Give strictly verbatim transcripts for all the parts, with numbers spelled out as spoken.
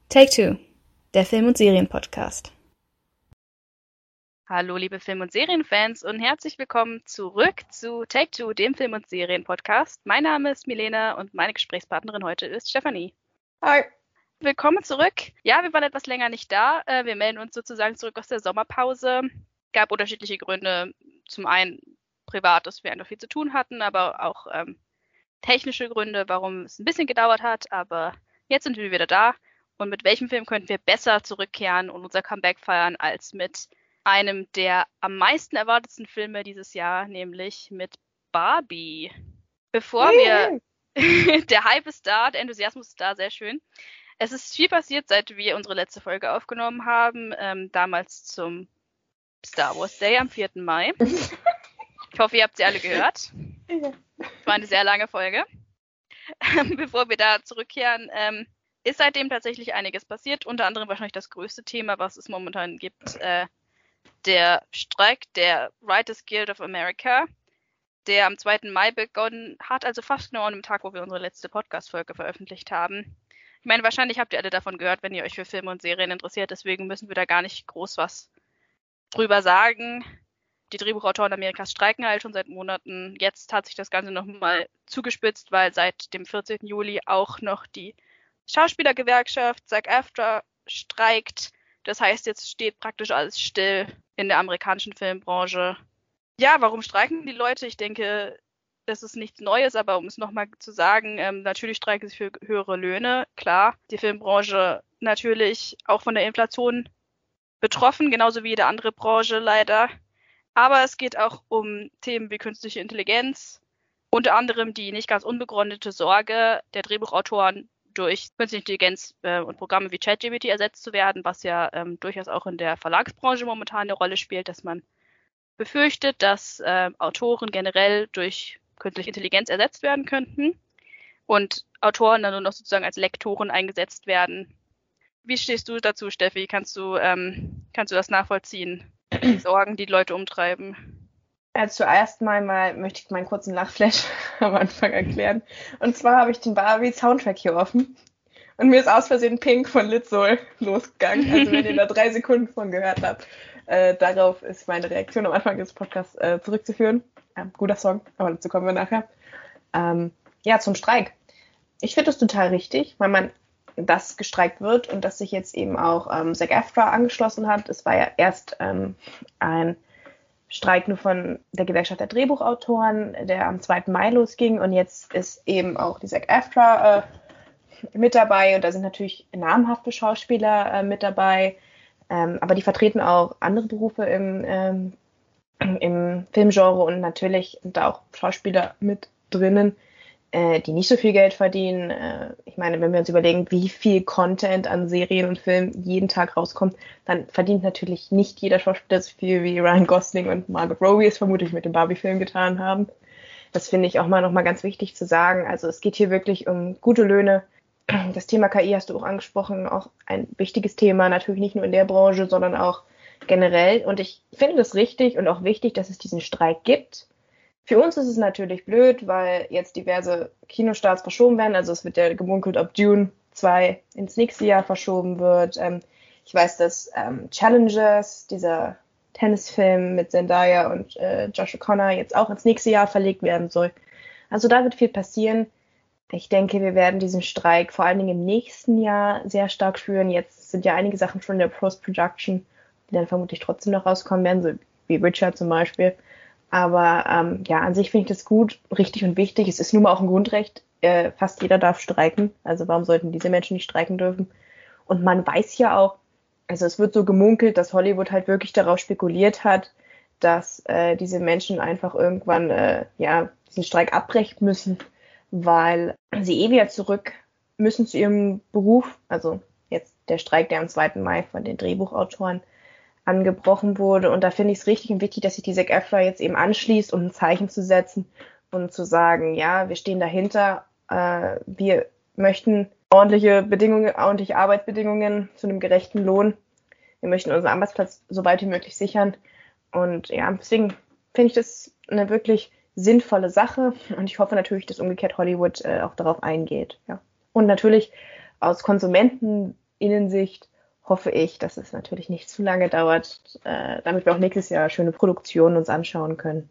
Take Two, der Film- und Serienpodcast. Hallo liebe Film- und Serienfans und herzlich willkommen zurück zu Take Two, dem Film- und Serienpodcast. Mein Name ist Milena und meine Gesprächspartnerin heute ist Stefanie. Hi. Willkommen zurück. Ja, wir waren etwas länger nicht da. Wir melden uns sozusagen zurück aus der Sommerpause. Gab unterschiedliche Gründe. Zum einen privat, dass wir einfach viel zu tun hatten, aber auch ähm, technische Gründe, warum es ein bisschen gedauert hat. Aber jetzt sind wir wieder da. Und mit welchem Film könnten wir besser zurückkehren und unser Comeback feiern als mit einem der am meisten erwartetsten Filme dieses Jahr, nämlich mit Barbie. Bevor wir, der Hype ist da, der Enthusiasmus ist da, sehr schön. Es ist viel passiert, seit wir unsere letzte Folge aufgenommen haben, ähm, damals zum Star Wars Day am vierten Mai. Ich hoffe, ihr habt sie alle gehört. Es war eine sehr lange Folge. Bevor wir da zurückkehren, ähm, ist seitdem tatsächlich einiges passiert, unter anderem wahrscheinlich das größte Thema, was es momentan gibt, äh, der Streik der Writers Guild of America, der am zweiten Mai begonnen hat, also fast genau an dem Tag, wo wir unsere letzte Podcast-Folge veröffentlicht haben. Ich meine, wahrscheinlich habt ihr alle davon gehört, wenn ihr euch für Filme und Serien interessiert, deswegen müssen wir da gar nicht groß was drüber sagen. Die Drehbuchautoren Amerikas streiken halt schon seit Monaten. Jetzt hat sich das Ganze nochmal zugespitzt, weil seit dem vierzehnten Juli auch noch die Schauspielergewerkschaft SAG-AFTRA streikt. Das heißt, jetzt steht praktisch alles still in der amerikanischen Filmbranche. Ja, warum streiken die Leute? Ich denke, das ist nichts Neues, aber um es nochmal zu sagen, ähm, natürlich streiken sie für höhere Löhne. Klar, die Filmbranche natürlich auch von der Inflation betroffen, genauso wie jede andere Branche leider. Aber es geht auch um Themen wie künstliche Intelligenz, unter anderem die nicht ganz unbegründete Sorge der Drehbuchautoren, durch künstliche Intelligenz äh, und Programme wie ChatGPT ersetzt zu werden, was ja ähm, durchaus auch in der Verlagsbranche momentan eine Rolle spielt, dass man befürchtet, dass äh, Autoren generell durch künstliche Intelligenz ersetzt werden könnten und Autoren dann nur noch sozusagen als Lektoren eingesetzt werden. Wie stehst du dazu, Steffi? Kannst du, ähm, kannst du das nachvollziehen? Die Sorgen, die Leute umtreiben? Ja, zuerst mal, mal möchte ich meinen kurzen Lachflash am Anfang erklären. Und zwar habe ich den Barbie-Soundtrack hier offen. Und mir ist aus Versehen Pink von Litzol losgegangen. Also wenn ihr da drei Sekunden von gehört habt, äh, darauf ist meine Reaktion am Anfang des Podcasts äh, zurückzuführen. Ja, guter Song, aber dazu kommen wir nachher. Ähm, ja, zum Streik. Ich finde das total richtig, weil man dass gestreikt wird und dass sich jetzt eben auch ähm, SAG-AFTRA angeschlossen hat. Es war ja erst ähm, ein Streik nur von der Gewerkschaft der Drehbuchautoren, der am zweiten Mai losging, und jetzt ist eben auch die SAG-AFTRA äh, mit dabei, und da sind natürlich namhafte Schauspieler äh, mit dabei, ähm, aber die vertreten auch andere Berufe im, ähm, im Filmgenre, und natürlich sind da auch Schauspieler mit drinnen, äh, die nicht so viel Geld verdienen. Äh, ich meine, wenn wir uns überlegen, wie viel Content an Serien und Filmen jeden Tag rauskommt, dann verdient natürlich nicht jeder Schauspieler so viel wie Ryan Gosling und Margot Robbie es vermutlich mit dem Barbie-Film getan haben. Das finde ich auch mal noch mal ganz wichtig zu sagen. Also es geht hier wirklich um gute Löhne. Das Thema K I hast du auch angesprochen, auch ein wichtiges Thema, natürlich nicht nur in der Branche, sondern auch generell. Und ich finde das richtig und auch wichtig, dass es diesen Streik gibt. Für uns ist es natürlich blöd, weil jetzt diverse Kinostarts verschoben werden. Also es wird ja gemunkelt, ob Dune zwei ins nächste Jahr verschoben wird. Ähm, ich weiß, dass ähm, Challengers, dieser Tennisfilm mit Zendaya und äh, Josh O'Connor, jetzt auch ins nächste Jahr verlegt werden soll. Also da wird viel passieren. Ich denke, wir werden diesen Streik vor allen Dingen im nächsten Jahr sehr stark führen. Jetzt sind ja einige Sachen schon in der Post-Production, die dann vermutlich trotzdem noch rauskommen werden, so wie Richard zum Beispiel. Aber ähm, ja, an sich finde ich das gut, richtig und wichtig. Es ist nun mal auch ein Grundrecht. Äh, fast jeder darf streiken. Also warum sollten diese Menschen nicht streiken dürfen? Und man weiß ja auch, also es wird so gemunkelt, dass Hollywood halt wirklich darauf spekuliert hat, dass äh, diese Menschen einfach irgendwann äh, ja diesen Streik abbrechen müssen, weil sie eh wieder zurück müssen zu ihrem Beruf. Also jetzt der Streik, der am zweiten Mai von den Drehbuchautoren angebrochen wurde. Und da finde ich es richtig und wichtig, dass sich die SAG-AFTRA jetzt eben anschließt, um ein Zeichen zu setzen und zu sagen, ja, wir stehen dahinter, äh, wir möchten ordentliche Bedingungen, ordentliche Arbeitsbedingungen zu einem gerechten Lohn. Wir möchten unseren Arbeitsplatz so weit wie möglich sichern. Und ja, deswegen finde ich das eine wirklich sinnvolle Sache. Und ich hoffe natürlich, dass umgekehrt Hollywood äh, auch darauf eingeht. Ja. Und natürlich aus Konsumentensicht Innensicht hoffe ich, dass es natürlich nicht zu lange dauert, äh, damit wir auch nächstes Jahr schöne Produktionen uns anschauen können.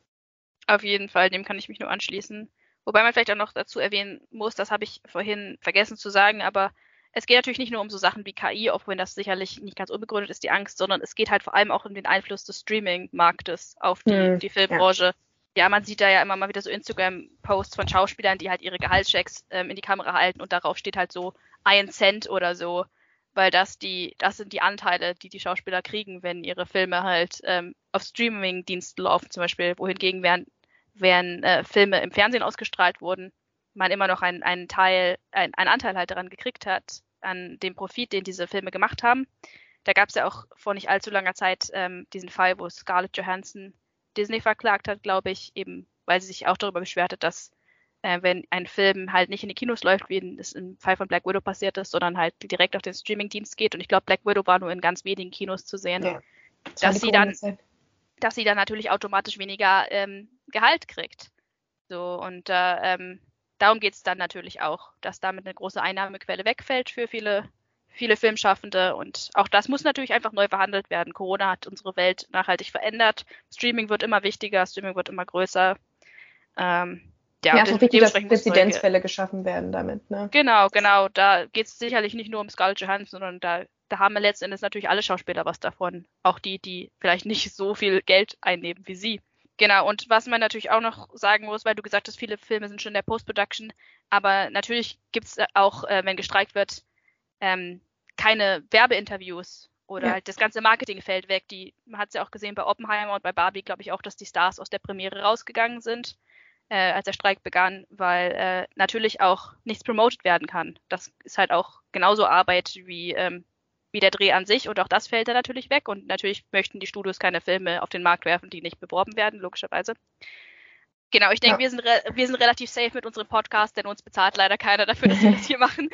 Auf jeden Fall, dem kann ich mich nur anschließen. Wobei man vielleicht auch noch dazu erwähnen muss, das habe ich vorhin vergessen zu sagen, aber es geht natürlich nicht nur um so Sachen wie K I, auch wenn das sicherlich nicht ganz unbegründet ist, die Angst, sondern es geht halt vor allem auch um den Einfluss des Streaming-Marktes auf die, Hm, die Filmbranche. Ja. ja, man sieht da ja immer mal wieder so Instagram-Posts von Schauspielern, die halt ihre Gehaltschecks ähm, in die Kamera halten und darauf steht halt so ein Cent oder so, weil das die, das sind die Anteile, die die Schauspieler kriegen, wenn ihre Filme halt ähm, auf Streaming-Diensten laufen zum Beispiel, wohingegen während, während äh, Filme im Fernsehen ausgestrahlt wurden, man immer noch einen, einen Teil, ein, einen Anteil halt daran gekriegt hat, an dem Profit, den diese Filme gemacht haben. Da gab es ja auch vor nicht allzu langer Zeit ähm, diesen Fall, wo Scarlett Johansson Disney verklagt hat, glaube ich, eben weil sie sich auch darüber beschwert hat, dass äh, wenn ein Film halt nicht in die Kinos läuft, wie es im Fall von Black Widow passiert ist, sondern halt direkt auf den Streaming-Dienst geht. Und ich glaube, Black Widow war nur in ganz wenigen Kinos zu sehen, Ja, das dass sie dann, dass sie dann natürlich automatisch weniger ähm, Gehalt kriegt. So, und äh, ähm, darum geht es dann natürlich auch, dass damit eine große Einnahmequelle wegfällt für viele, viele Filmschaffende. Und auch das muss natürlich einfach neu verhandelt werden. Corona hat unsere Welt nachhaltig verändert. Streaming wird immer wichtiger, Streaming wird immer größer. Ähm, ja, ja, es ist wichtig, dass dementsprechend muss neue- Präzedenzfälle geschaffen werden damit. Ne? Genau, genau. Da geht es sicherlich nicht nur um Scarlett Johansson, sondern da, da haben wir letzten Endes natürlich alle Schauspieler was davon. Auch die, die vielleicht nicht so viel Geld einnehmen wie sie. Genau, und was man natürlich auch noch sagen muss, weil du gesagt hast, viele Filme sind schon in der Post-Production, aber natürlich gibt es auch, äh, wenn gestreikt wird, ähm, keine Werbeinterviews oder Ja. halt das ganze Marketing fällt weg. Die, man hat es ja auch gesehen bei Oppenheimer und bei Barbie, glaube ich auch, dass die Stars aus der Premiere rausgegangen sind, äh, als der Streik begann, weil äh, natürlich auch nichts promoted werden kann. Das ist halt auch genauso Arbeit wie ähm, wie der Dreh an sich und auch das fällt dann natürlich weg und natürlich möchten die Studios keine Filme auf den Markt werfen, die nicht beworben werden, logischerweise. Genau, ich denke, Ja. wir sind re- wir sind relativ safe mit unserem Podcast, denn uns bezahlt leider keiner dafür, dass wir das hier machen.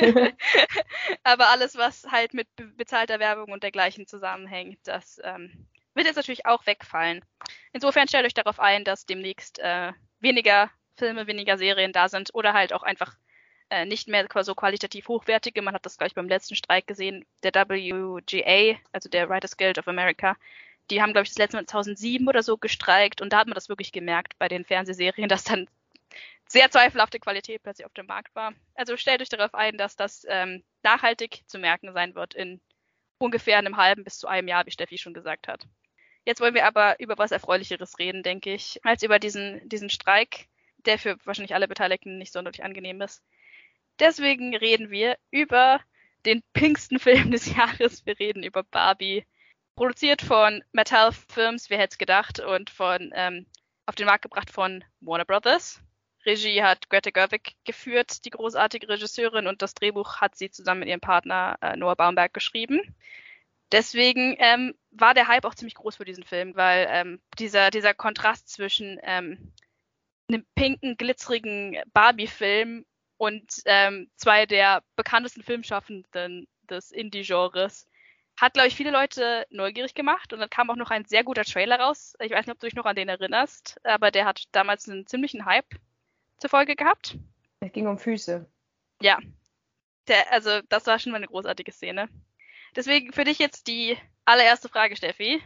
Aber alles, was halt mit be- bezahlter Werbung und dergleichen zusammenhängt, das ähm, wird jetzt natürlich auch wegfallen. Insofern stellt euch darauf ein, dass demnächst äh, weniger Filme, weniger Serien da sind oder halt auch einfach äh, nicht mehr so qualitativ hochwertige. Man hat das gleich beim letzten Streik gesehen, der W G A, also der Writers Guild of America. Die haben, glaube ich, das letzte Mal zweitausendsieben oder so gestreikt und da hat man das wirklich gemerkt bei den Fernsehserien, dass dann sehr zweifelhafte Qualität plötzlich auf dem Markt war. Also stellt euch darauf ein, dass das ähm, nachhaltig zu merken sein wird in ungefähr einem halben bis zu einem Jahr, wie Steffi schon gesagt hat. Jetzt wollen wir aber über was Erfreulicheres reden, denke ich, als über diesen, diesen Streik, der für wahrscheinlich alle Beteiligten nicht sonderlich angenehm ist. Deswegen reden wir über den pinksten Film des Jahres. Wir reden über Barbie. Produziert von Mattel Films, wer hätte es gedacht, und von ähm, auf den Markt gebracht von Warner Brothers. Regie hat Greta Gerwig geführt, die großartige Regisseurin, und das Drehbuch hat sie zusammen mit ihrem Partner äh, Noah Baumbach geschrieben. Deswegen ähm, war der Hype auch ziemlich groß für diesen Film, weil ähm, dieser, dieser Kontrast zwischen ähm, einem pinken, glitzerigen Barbie-Film und ähm, zwei der bekanntesten Filmschaffenden des Indie-Genres hat, glaube ich, viele Leute neugierig gemacht. Und dann kam auch noch ein sehr guter Trailer raus. Ich weiß nicht, ob du dich noch an den erinnerst, aber der hat damals einen ziemlichen Hype zur Folge gehabt. Es ging um Füße. Ja, der, also das war schon mal eine großartige Szene. Deswegen für dich jetzt die allererste Frage, Steffi.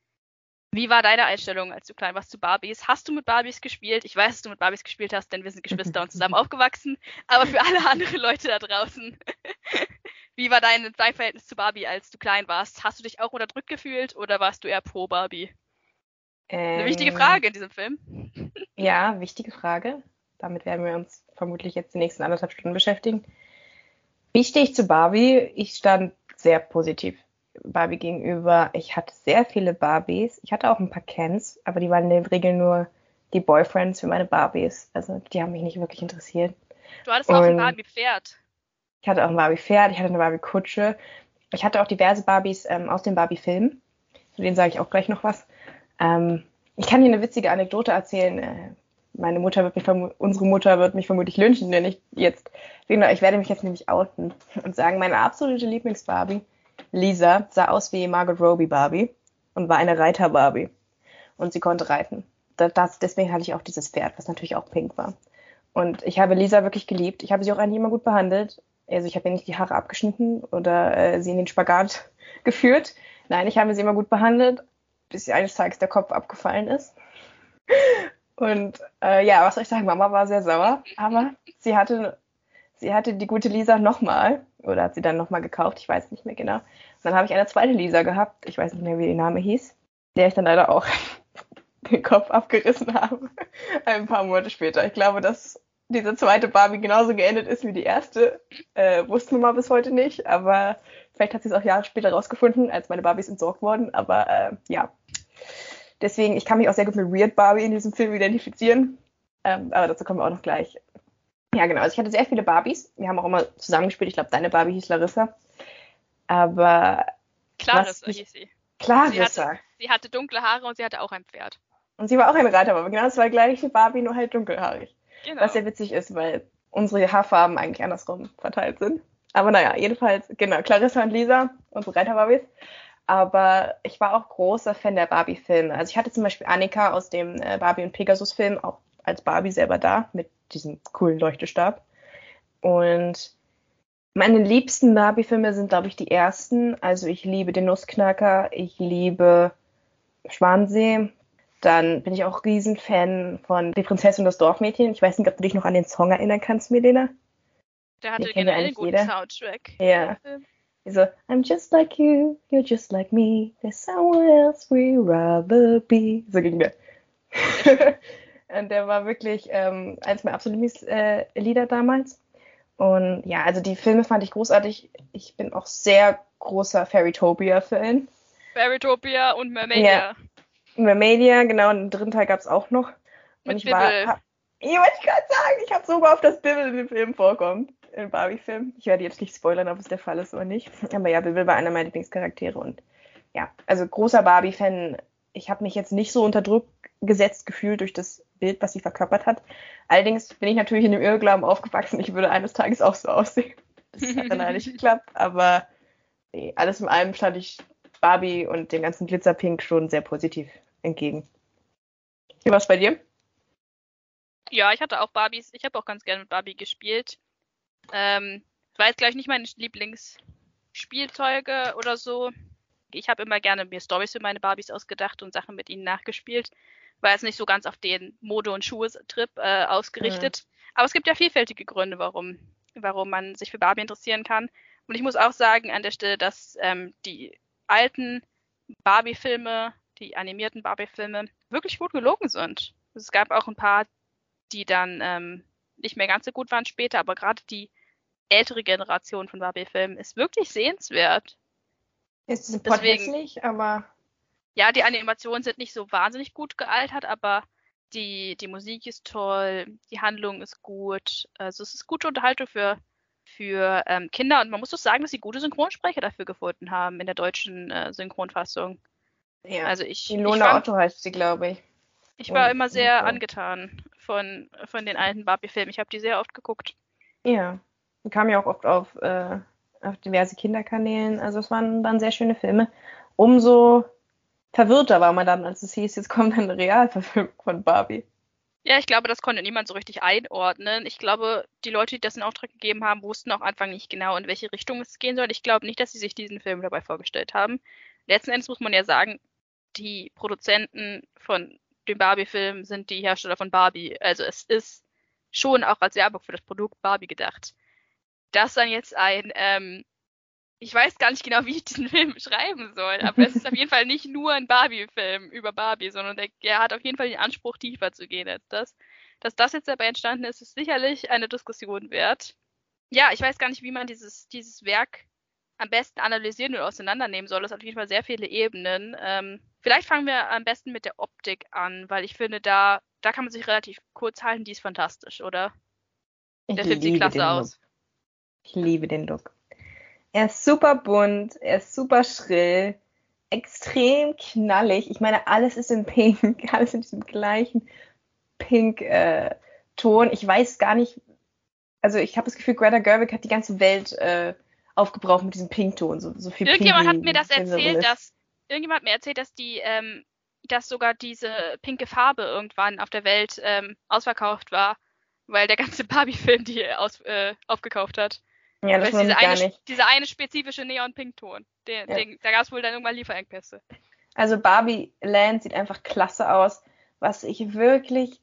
Wie war deine Einstellung, als du klein warst, zu Barbies? Hast du mit Barbies gespielt? Ich weiß, dass du mit Barbies gespielt hast, denn wir sind Geschwister und zusammen aufgewachsen. Aber für alle anderen Leute da draußen, wie war dein, dein Verhältnis zu Barbie, als du klein warst? Hast du dich auch unterdrückt gefühlt oder warst du eher pro Barbie? Ähm, Eine wichtige Frage in diesem Film. Ja, wichtige Frage. Damit werden wir uns vermutlich jetzt die nächsten anderthalb Stunden beschäftigen. Wie stehe ich zu Barbie? Ich stand sehr positiv Barbie gegenüber. Ich hatte sehr viele Barbies. Ich hatte auch ein paar Kens, aber die waren in der Regel nur die Boyfriends für meine Barbies. Also die haben mich nicht wirklich interessiert. Du hattest auch ein Und Barbie-Pferd. Ich hatte auch ein Barbie-Pferd, ich hatte eine Barbie-Kutsche. Ich hatte auch diverse Barbies ähm, aus den Barbie-Filmen. Zu denen sage ich auch gleich noch was. Ähm, ich kann hier eine witzige Anekdote erzählen. Äh, meine Mutter wird mich vermu- unsere Mutter wird mich vermutlich lynchen, denn ich jetzt, ich werde mich jetzt nämlich outen und sagen, meine absolute Lieblings-Barbie, Lisa, sah aus wie Margot Robbie Barbie und war eine Reiter-Barbie. Und sie konnte reiten. Das, das, deswegen hatte ich auch dieses Pferd, was natürlich auch pink war. Und ich habe Lisa wirklich geliebt. Ich habe sie auch eigentlich immer gut behandelt. Also ich habe ihr nicht die Haare abgeschnitten oder äh, sie in den Spagat geführt. Nein, ich habe sie immer gut behandelt, bis ihr eines Tages der Kopf abgefallen ist. Und äh, ja, was soll ich sagen, Mama war sehr sauer, aber sie hatte, sie hatte die gute Lisa nochmal, oder hat sie dann nochmal gekauft, ich weiß nicht mehr genau. Und dann habe ich eine zweite Lisa gehabt, ich weiß nicht mehr, wie ihr Name hieß, der ich dann leider auch den Kopf abgerissen habe, ein paar Monate später. Ich glaube, dass diese zweite Barbie genauso geendet ist wie die erste, äh, wussten wir mal bis heute nicht, aber vielleicht hat sie es auch Jahre später rausgefunden, als meine Barbies entsorgt wurden, aber äh, ja. Deswegen, ich kann mich auch sehr gut mit Weird Barbie in diesem Film identifizieren, ähm, aber dazu kommen wir auch noch gleich. Ja, genau, also ich hatte sehr viele Barbies, wir haben auch immer zusammengespielt, ich glaube, deine Barbie hieß Larissa, aber... Clarissa hieß sie. Clarissa. Sie hatte, sie hatte dunkle Haare und sie hatte auch ein Pferd. Und sie war auch ein Reiter, aber genau, es war gleiche Barbie, nur halt dunkelhaarig. Genau. Was sehr witzig ist, weil unsere Haarfarben eigentlich andersrum verteilt sind. Aber naja, jedenfalls, genau, Clarissa und Lisa, unsere Reiter-Barbies. Aber ich war auch großer Fan der Barbie-Filme. Also ich hatte zum Beispiel Annika aus dem äh, Barbie- und Pegasus-Film auch als Barbie selber da, mit diesem coolen Leuchtestab. Und meine liebsten Barbie-Filme sind, glaube ich, die ersten. Also ich liebe den Nussknacker, ich liebe Schwansee. Dann bin ich auch Riesenfan von Die Prinzessin und das Dorfmädchen. Ich weiß nicht, ob du dich noch an den Song erinnern kannst, Milena. Der hatte Den kennt ja generell einen eigentlich guten jeder. Soundtrack. Ja. So, I'm just like you, you're just like me, there's someone else we'd rather be. So ging der. Und der war wirklich ähm, eins meiner absoluten Lieblingslieder äh, damals. Und ja, also die Filme fand ich großartig. Ich bin auch sehr großer Fairytopia-Fan. Fairytopia und Mermaidia. Ja. Mermaidia, genau, und den dritten Teil gab es auch noch. Und Mit ich Bibble. war, hab, ich wollte gerade sagen, ich habe so gehofft, dass Bibble in dem Film vorkommt, im Barbie-Film. Ich werde jetzt nicht spoilern, ob es der Fall ist oder nicht. Aber ja, Bibble war einer meiner Lieblingscharaktere und ja, also großer Barbie-Fan. Ich habe mich jetzt nicht so unter Druck gesetzt gefühlt durch das Bild, was sie verkörpert hat. Allerdings bin ich natürlich in dem Irrglauben aufgewachsen, ich würde eines Tages auch so aussehen. Das hat dann leider nicht geklappt, aber nee, alles in allem stand ich Barbie und dem ganzen Glitzerpink schon sehr positiv entgegen. Wie war es bei dir? Ja, ich hatte auch Barbies. Ich habe auch ganz gerne mit Barbie gespielt. Ähm, war jetzt gleich nicht meine Lieblingsspielzeuge oder so. Ich habe immer gerne mir Storys für meine Barbies ausgedacht und Sachen mit ihnen nachgespielt. War jetzt nicht so ganz auf den Mode- und Schuhe-Trip äh, ausgerichtet. Mhm. Aber es gibt ja vielfältige Gründe, warum, warum man sich für Barbie interessieren kann. Und ich muss auch sagen an der Stelle, dass ähm, die alten Barbie-Filme, die animierten Barbie-Filme, wirklich gut gelogen sind. Es gab auch ein paar, die dann ähm, nicht mehr ganz so gut waren später, aber gerade die ältere Generation von Barbie-Filmen ist wirklich sehenswert. Ist es Plot hässlich, aber... Ja, die Animationen sind nicht so wahnsinnig gut gealtert, aber die, die Musik ist toll, die Handlung ist gut. Also es ist gute Unterhaltung für, für ähm, Kinder und man muss doch sagen, dass sie gute Synchronsprecher dafür gefunden haben in der deutschen äh, Synchronfassung. Ja, also ich, Ilona ich Otto heißt sie, glaube ich. Ich war und, immer sehr so. angetan von, von den alten Barbie-Filmen. Ich habe die sehr oft geguckt. Ja, die kamen ja auch oft auf, äh, auf diverse Kinderkanälen. Also es waren, waren sehr schöne Filme. Umso verwirrter war man dann, als es hieß, jetzt kommt eine Realverfilmung von Barbie. Ja, ich glaube, das konnte niemand so richtig einordnen. Ich glaube, die Leute, die das in Auftrag gegeben haben, wussten auch am Anfang nicht genau, in welche Richtung es gehen soll. Ich glaube nicht, dass sie sich diesen Film dabei vorgestellt haben. Letzten Endes muss man ja sagen, die Produzenten von dem Barbie-Film sind die Hersteller von Barbie. Also es ist schon auch als Werbung für das Produkt Barbie gedacht. Das dann jetzt ein, ähm, ich weiß gar nicht genau, wie ich diesen Film beschreiben soll, aber es ist auf jeden Fall nicht nur ein Barbie-Film über Barbie, sondern der, er hat auf jeden Fall den Anspruch, tiefer zu gehen als das. Dass das jetzt dabei entstanden ist, ist sicherlich eine Diskussion wert. Ja, ich weiß gar nicht, wie man dieses, dieses Werk am besten analysieren und auseinandernehmen soll. Es hat auf jeden Fall sehr viele Ebenen. Ähm, vielleicht fangen wir am besten mit der Optik an, weil ich finde, da, da kann man sich relativ kurz halten, die ist fantastisch, oder? Ich der Film sieht liebe klasse den aus. Look. Ich liebe den Look. Er ist super bunt, er ist super schrill, extrem knallig. Ich meine, alles ist in Pink, alles in diesem gleichen Pink-Ton. Äh, ich weiß gar nicht, also ich habe das Gefühl, Greta Gerwig hat die ganze Welt äh, aufgebraucht mit diesem Pink-Ton. So, so viel Irgendjemand Pink hat mir das erzählt, ist. dass irgendjemand hat mir erzählt, dass die, ähm, dass sogar diese pinke Farbe irgendwann auf der Welt ähm, ausverkauft war, weil der ganze Barbie-Film die aus, äh, aufgekauft hat. Ja, das Weißt, wundert diese mich gar eine, nicht. dieser eine spezifische Neon-Pink-Ton. Den, Ja. den, da gab es wohl dann irgendwann Lieferengpässe. Also Barbie Land sieht einfach klasse aus, was ich wirklich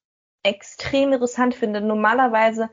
extrem interessant finde. Normalerweise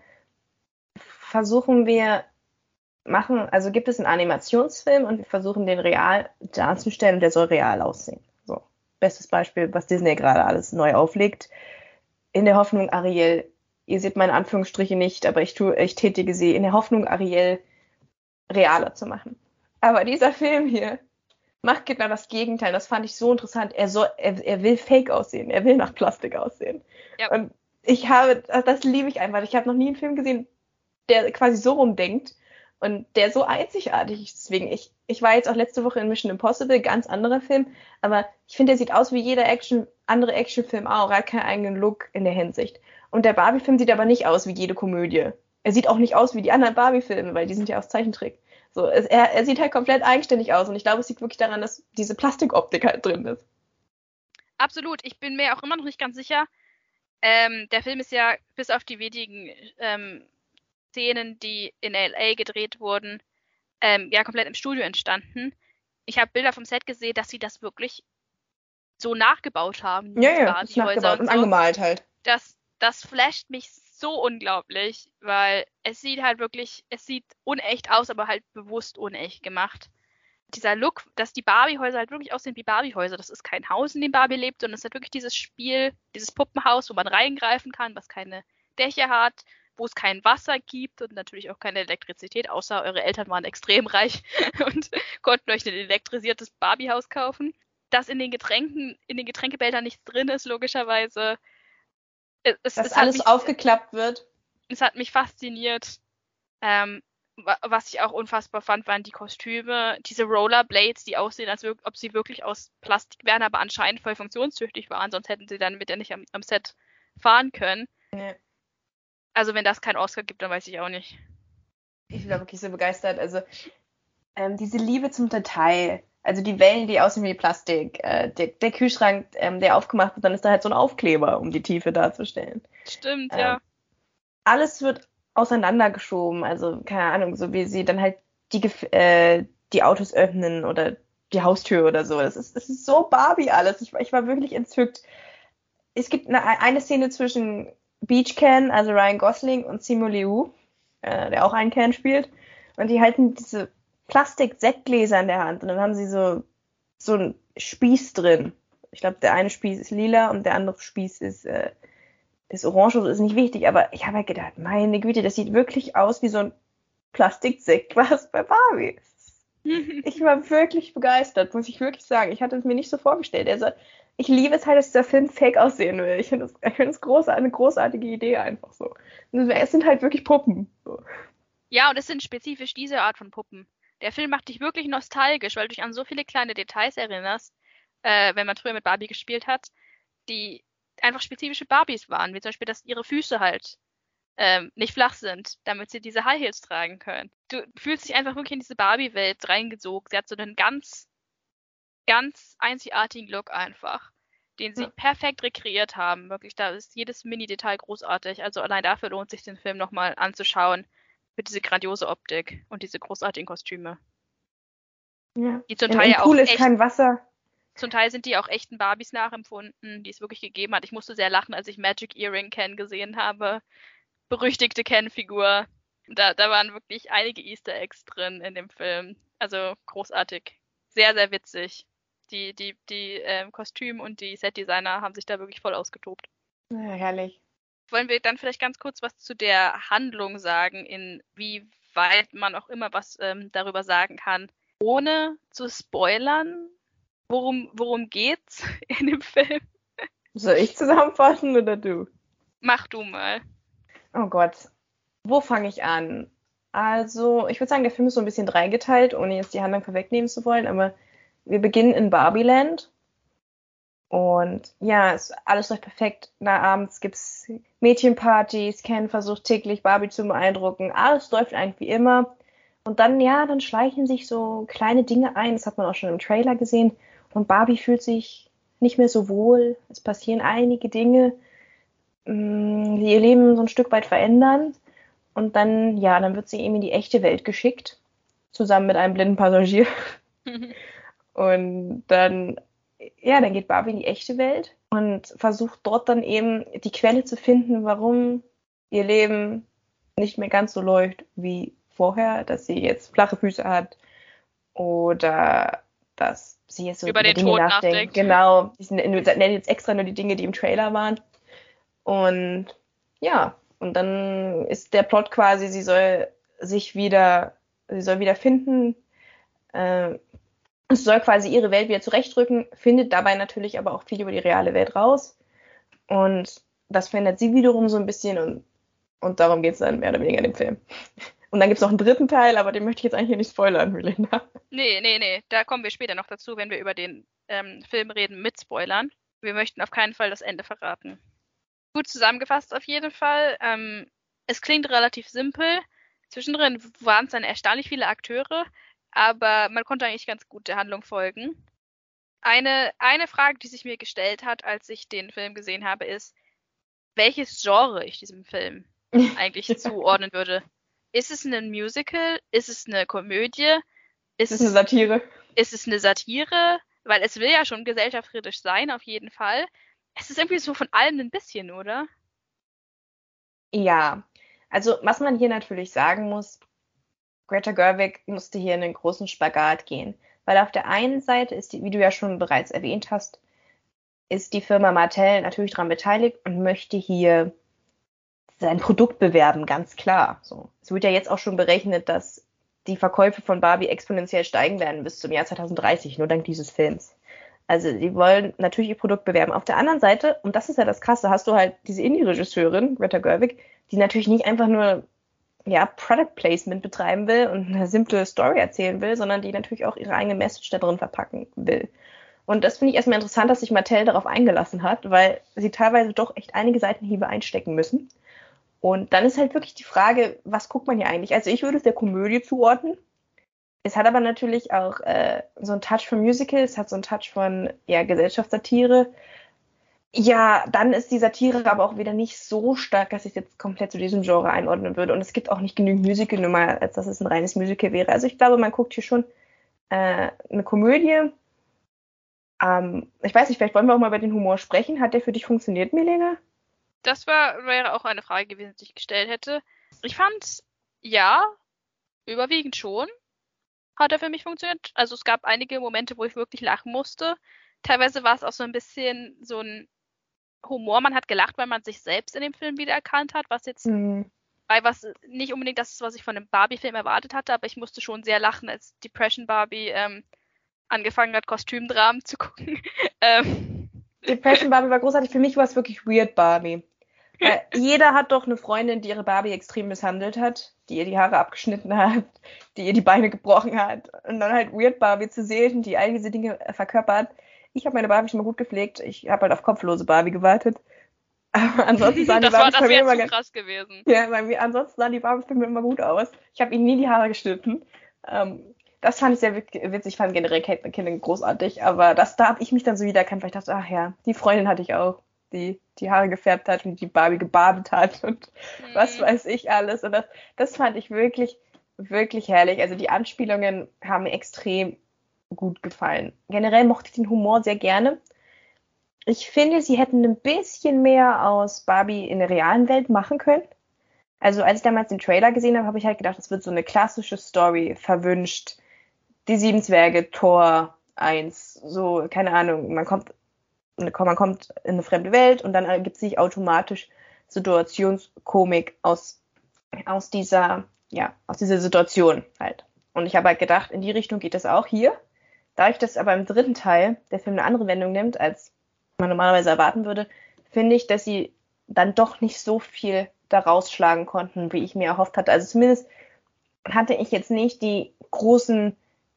versuchen wir, machen, also gibt es einen Animationsfilm und wir versuchen den real darzustellen und der soll real aussehen. So, bestes Beispiel, was Disney gerade alles neu auflegt. In der Hoffnung, Ariel, ihr seht meine Anführungsstriche nicht, aber ich tue, ich tätige sie, in der Hoffnung, Ariel realer zu machen. Aber dieser Film hier macht genau das Gegenteil. Das fand ich so interessant. Er soll, er, er will fake aussehen. Er will nach Plastik aussehen. Ja. Und ich habe, das liebe ich einfach. Ich habe noch nie einen Film gesehen, der quasi so rumdenkt und der so einzigartig ist. Deswegen, ich, ich war jetzt auch letzte Woche in Mission Impossible, ganz anderer Film, aber ich finde, der sieht aus wie jeder Action, andere Actionfilm auch. Er hat keinen eigenen Look in der Hinsicht. Und der Barbie-Film sieht aber nicht aus wie jede Komödie. Er sieht auch nicht aus wie die anderen Barbie-Filme, weil die sind ja aus Zeichentrick. So, es, er, er sieht halt komplett eigenständig aus und ich glaube, es liegt wirklich daran, dass diese Plastikoptik halt drin ist. Absolut. Ich bin mir auch immer noch nicht ganz sicher. Ähm, der Film ist ja bis auf die wenigen ähm, Szenen, die in L A gedreht wurden, ähm, ja komplett im Studio entstanden. Ich habe Bilder vom Set gesehen, dass sie das wirklich so nachgebaut haben. Ja, ja, ist nachgebaut und, und so. Angemalt halt. Das, das flasht mich so unglaublich, weil es sieht halt wirklich, es sieht unecht aus, aber halt bewusst unecht gemacht. Dieser Look, dass die Barbie-Häuser halt wirklich aussehen wie Barbie-Häuser. Das ist kein Haus, in dem Barbie lebt, sondern es ist halt wirklich dieses Spiel, dieses Puppenhaus, wo man reingreifen kann, was keine Dächer hat, wo es kein Wasser gibt und natürlich auch keine Elektrizität, außer eure Eltern waren extrem reich und konnten euch ein elektrisiertes Barbie-Haus kaufen. Dass in den Getränken, in den Getränkebehältern nichts drin ist, logischerweise. Es, Dass es alles mich, aufgeklappt wird. Es hat mich fasziniert. Ähm, was ich auch unfassbar fand, waren die Kostüme, diese Rollerblades, die aussehen, als ob sie wirklich aus Plastik wären, aber anscheinend voll funktionstüchtig waren, sonst hätten sie dann mit der nicht am, am Set fahren können. Nee. Also wenn das keinen Oscar gibt, dann weiß ich auch nicht. Ich war wirklich so begeistert. Also ähm, diese Liebe zum Detail, also die Wellen, die aussehen wie Plastik, äh, der, der Kühlschrank, ähm, der aufgemacht wird, dann ist da halt so ein Aufkleber, um die Tiefe darzustellen. Stimmt, ähm, ja. Alles wird auseinandergeschoben, also keine Ahnung, so wie sie dann halt die, äh, die Autos öffnen oder die Haustür oder so. Das ist, das ist so Barbie alles. Ich, ich war wirklich entzückt. Es gibt eine, eine Szene zwischen Beach Ken, also Ryan Gosling, und Simu Liu, äh, der auch einen Ken spielt. Und die halten diese Plastik-Sektgläser in der Hand und dann haben sie so, so einen Spieß drin. Ich glaube, der eine Spieß ist lila und der andere Spieß ist äh, ist orange, so ist nicht wichtig, aber ich habe halt gedacht, meine Güte, das sieht wirklich aus wie so ein Plastiksektglas bei Barbie. Ich war wirklich begeistert, muss ich wirklich sagen. Ich hatte es mir nicht so vorgestellt. Also, ich liebe es halt, dass dieser Film fake aussehen will. Ich finde es find groß, eine großartige Idee einfach so. Es sind halt wirklich Puppen. So. Ja, und es sind spezifisch diese Art von Puppen. Der Film macht dich wirklich nostalgisch, weil du dich an so viele kleine Details erinnerst, äh, wenn man früher mit Barbie gespielt hat, die einfach spezifische Barbies waren, wie zum Beispiel, dass ihre Füße halt ähm, nicht flach sind, damit sie diese High Heels tragen können. Du fühlst dich einfach wirklich in diese Barbie-Welt reingesogen. Sie hat so einen ganz, ganz einzigartigen Look einfach, den sie ja. perfekt rekreiert haben. Wirklich, da ist jedes Mini-Detail großartig. Also allein dafür lohnt sich den Film nochmal anzuschauen, für diese grandiose Optik und diese großartigen Kostüme. Ja. Die zum Im, Teil im ja Pool auch ist echt, kein Wasser. Zum Teil sind die auch echten Barbies nachempfunden, die es wirklich gegeben hat. Ich musste sehr lachen, als ich Magic Earring Ken gesehen habe. Berüchtigte Ken-Figur. Da, da waren wirklich einige Easter Eggs drin in dem Film. Also großartig. Sehr, sehr witzig. Die, die, die ähm, Kostüm- und die Setdesigner haben sich da wirklich voll ausgetobt. Ja, herrlich. Wollen wir dann vielleicht ganz kurz was zu der Handlung sagen, inwieweit man auch immer was ähm, darüber sagen kann, ohne zu spoilern? Worum, worum geht's in dem Film? Soll ich zusammenfassen oder du? Mach du mal. Oh Gott. Wo fange ich an? Also, ich würde sagen, der Film ist so ein bisschen dreigeteilt, ohne jetzt die Handlung vorwegnehmen zu wollen, aber wir beginnen in Barbieland. Und ja, es, alles läuft perfekt. Na, abends gibt's Mädchenpartys, Ken versucht täglich Barbie zu beeindrucken. Alles läuft eigentlich wie immer. Und dann, ja, dann schleichen sich so kleine Dinge ein. Das hat man auch schon im Trailer gesehen. Und Barbie fühlt sich nicht mehr so wohl. Es passieren einige Dinge, die ihr Leben so ein Stück weit verändern. Und dann, ja, dann wird sie eben in die echte Welt geschickt, zusammen mit einem blinden Passagier. Und dann, ja, dann geht Barbie in die echte Welt und versucht dort dann eben die Quelle zu finden, warum ihr Leben nicht mehr ganz so läuft wie vorher, dass sie jetzt flache Füße hat oder dass sie jetzt so über, über den Dinge Tod nachdenkt. nachdenkt. Genau, ich nenne jetzt extra nur die Dinge, die im Trailer waren. Und ja, und dann ist der Plot quasi, sie soll sich wieder, sie soll wieder finden, äh, sie soll quasi ihre Welt wieder zurechtrücken, findet dabei natürlich aber auch viel über die reale Welt raus. Und das verändert sie wiederum so ein bisschen und, und darum geht es dann mehr oder weniger in dem Film. Und dann gibt es noch einen dritten Teil, aber den möchte ich jetzt eigentlich nicht spoilern, Milena. Nee, nee, nee, da kommen wir später noch dazu, wenn wir über den ähm, Film reden mit Spoilern. Wir möchten auf keinen Fall das Ende verraten. Gut zusammengefasst auf jeden Fall. Ähm, es klingt relativ simpel. Zwischendrin waren es dann erstaunlich viele Akteure, aber man konnte eigentlich ganz gut der Handlung folgen. Eine, eine Frage, die sich mir gestellt hat, als ich den Film gesehen habe, ist, welches Genre ich diesem Film eigentlich zuordnen würde. Ist es ein Musical? Ist es eine Komödie? Ist es eine Satire? Ist es eine Satire? Weil es will ja schon gesellschaftskritisch sein, auf jeden Fall. Es ist irgendwie so von allem ein bisschen, oder? Ja, also was man hier natürlich sagen muss, Greta Gerwig musste hier einen großen Spagat gehen. Weil auf der einen Seite ist die, wie du ja schon bereits erwähnt hast, ist die Firma Mattel natürlich daran beteiligt und möchte hier sein Produkt bewerben, ganz klar. So. Es wird ja jetzt auch schon berechnet, dass die Verkäufe von Barbie exponentiell steigen werden bis zum Jahr zwanzig dreißig, nur dank dieses Films. Also die wollen natürlich ihr Produkt bewerben. Auf der anderen Seite, und das ist ja das Krasse, hast du halt diese Indie-Regisseurin, Greta Gerwig, die natürlich nicht einfach nur ja, Product Placement betreiben will und eine simple Story erzählen will, sondern die natürlich auch ihre eigene Message da drin verpacken will. Und das finde ich erstmal interessant, dass sich Mattel darauf eingelassen hat, weil sie teilweise doch echt einige Seitenhiebe einstecken müssen. Und dann ist halt wirklich die Frage, was guckt man hier eigentlich? Also ich würde es der Komödie zuordnen. Es hat aber natürlich auch äh, so einen Touch von Musical, es hat so einen Touch von ja, Gesellschaftssatire. Ja, dann ist die Satire aber auch wieder nicht so stark, dass ich es jetzt komplett zu diesem Genre einordnen würde. Und es gibt auch nicht genügend Musical-Nummer, als dass es ein reines Musical wäre. Also ich glaube, man guckt hier schon äh, eine Komödie. Ähm, ich weiß nicht, vielleicht wollen wir auch mal über den Humor sprechen. Hat der für dich funktioniert, Milena? Das war, wäre auch eine Frage gewesen, die ich gestellt hätte. Ich fand, ja, überwiegend schon hat er für mich funktioniert. Also es gab einige Momente, wo ich wirklich lachen musste. Teilweise war es auch so ein bisschen so ein Humor. Man hat gelacht, weil man sich selbst in dem Film wiedererkannt hat, was jetzt mhm. bei was nicht unbedingt das ist, was ich von einem Barbie-Film erwartet hatte, aber ich musste schon sehr lachen, als Depression Barbie ähm, angefangen hat, Kostümdramen zu gucken. ähm. Depression Barbie war großartig. Für mich war es wirklich Weird Barbie. Weil jeder hat doch eine Freundin, die ihre Barbie extrem misshandelt hat, die ihr die Haare abgeschnitten hat, die ihr die Beine gebrochen hat. Und dann halt Weird Barbie zu sehen, die all diese Dinge verkörpert. Ich habe meine Barbie schon mal gut gepflegt. Ich habe halt auf kopflose Barbie gewartet. Aber ansonsten sahen die Barbies bei mir immer ganz krass gewesen. Ja, bei mir, ansonsten sahen die Barbies bei mir immer gut aus. Ich habe ihnen nie die Haare geschnitten. Ähm, das fand ich sehr witzig. Ich fand generell Kate McKinnon großartig. Aber das, da habe ich mich dann so wiedererkannt, weil ich dachte, ach ja, die Freundin hatte ich auch, die die Haare gefärbt hat und die Barbie gebadet hat und mhm. was weiß ich alles. Und das, das fand ich wirklich, wirklich herrlich. Also die Anspielungen haben mir extrem gut gefallen. Generell mochte ich den Humor sehr gerne. Ich finde, sie hätten ein bisschen mehr aus Barbie in der realen Welt machen können. Also als ich damals den Trailer gesehen habe, habe ich halt gedacht, das wird so eine klassische Story, verwünscht. Die sieben Zwerge, Tor eins, so, keine Ahnung, man kommt man kommt in eine fremde Welt und dann ergibt sich automatisch Situationskomik aus, aus dieser, ja, aus dieser Situation halt. Und ich habe halt gedacht, in die Richtung geht das auch hier. Dadurch, dass aber im dritten Teil der Film eine andere Wendung nimmt, als man normalerweise erwarten würde, finde ich, dass sie dann doch nicht so viel da rausschlagen konnten, wie ich mir erhofft hatte. Also zumindest hatte ich jetzt nicht die großen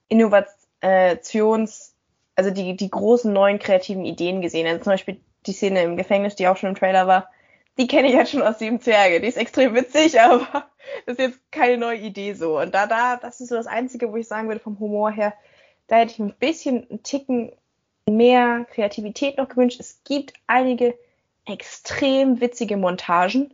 Innovations, also die, die großen neuen kreativen Ideen gesehen. Also zum Beispiel die Szene im Gefängnis, die auch schon im Trailer war, die kenne ich halt schon aus Sieben Zwerge. Die ist extrem witzig, aber das ist jetzt keine neue Idee so. Und da, da, das ist so das Einzige, wo ich sagen würde, vom Humor her, da hätte ich ein bisschen, einen Ticken mehr Kreativität noch gewünscht. Es gibt einige extrem witzige Montagen.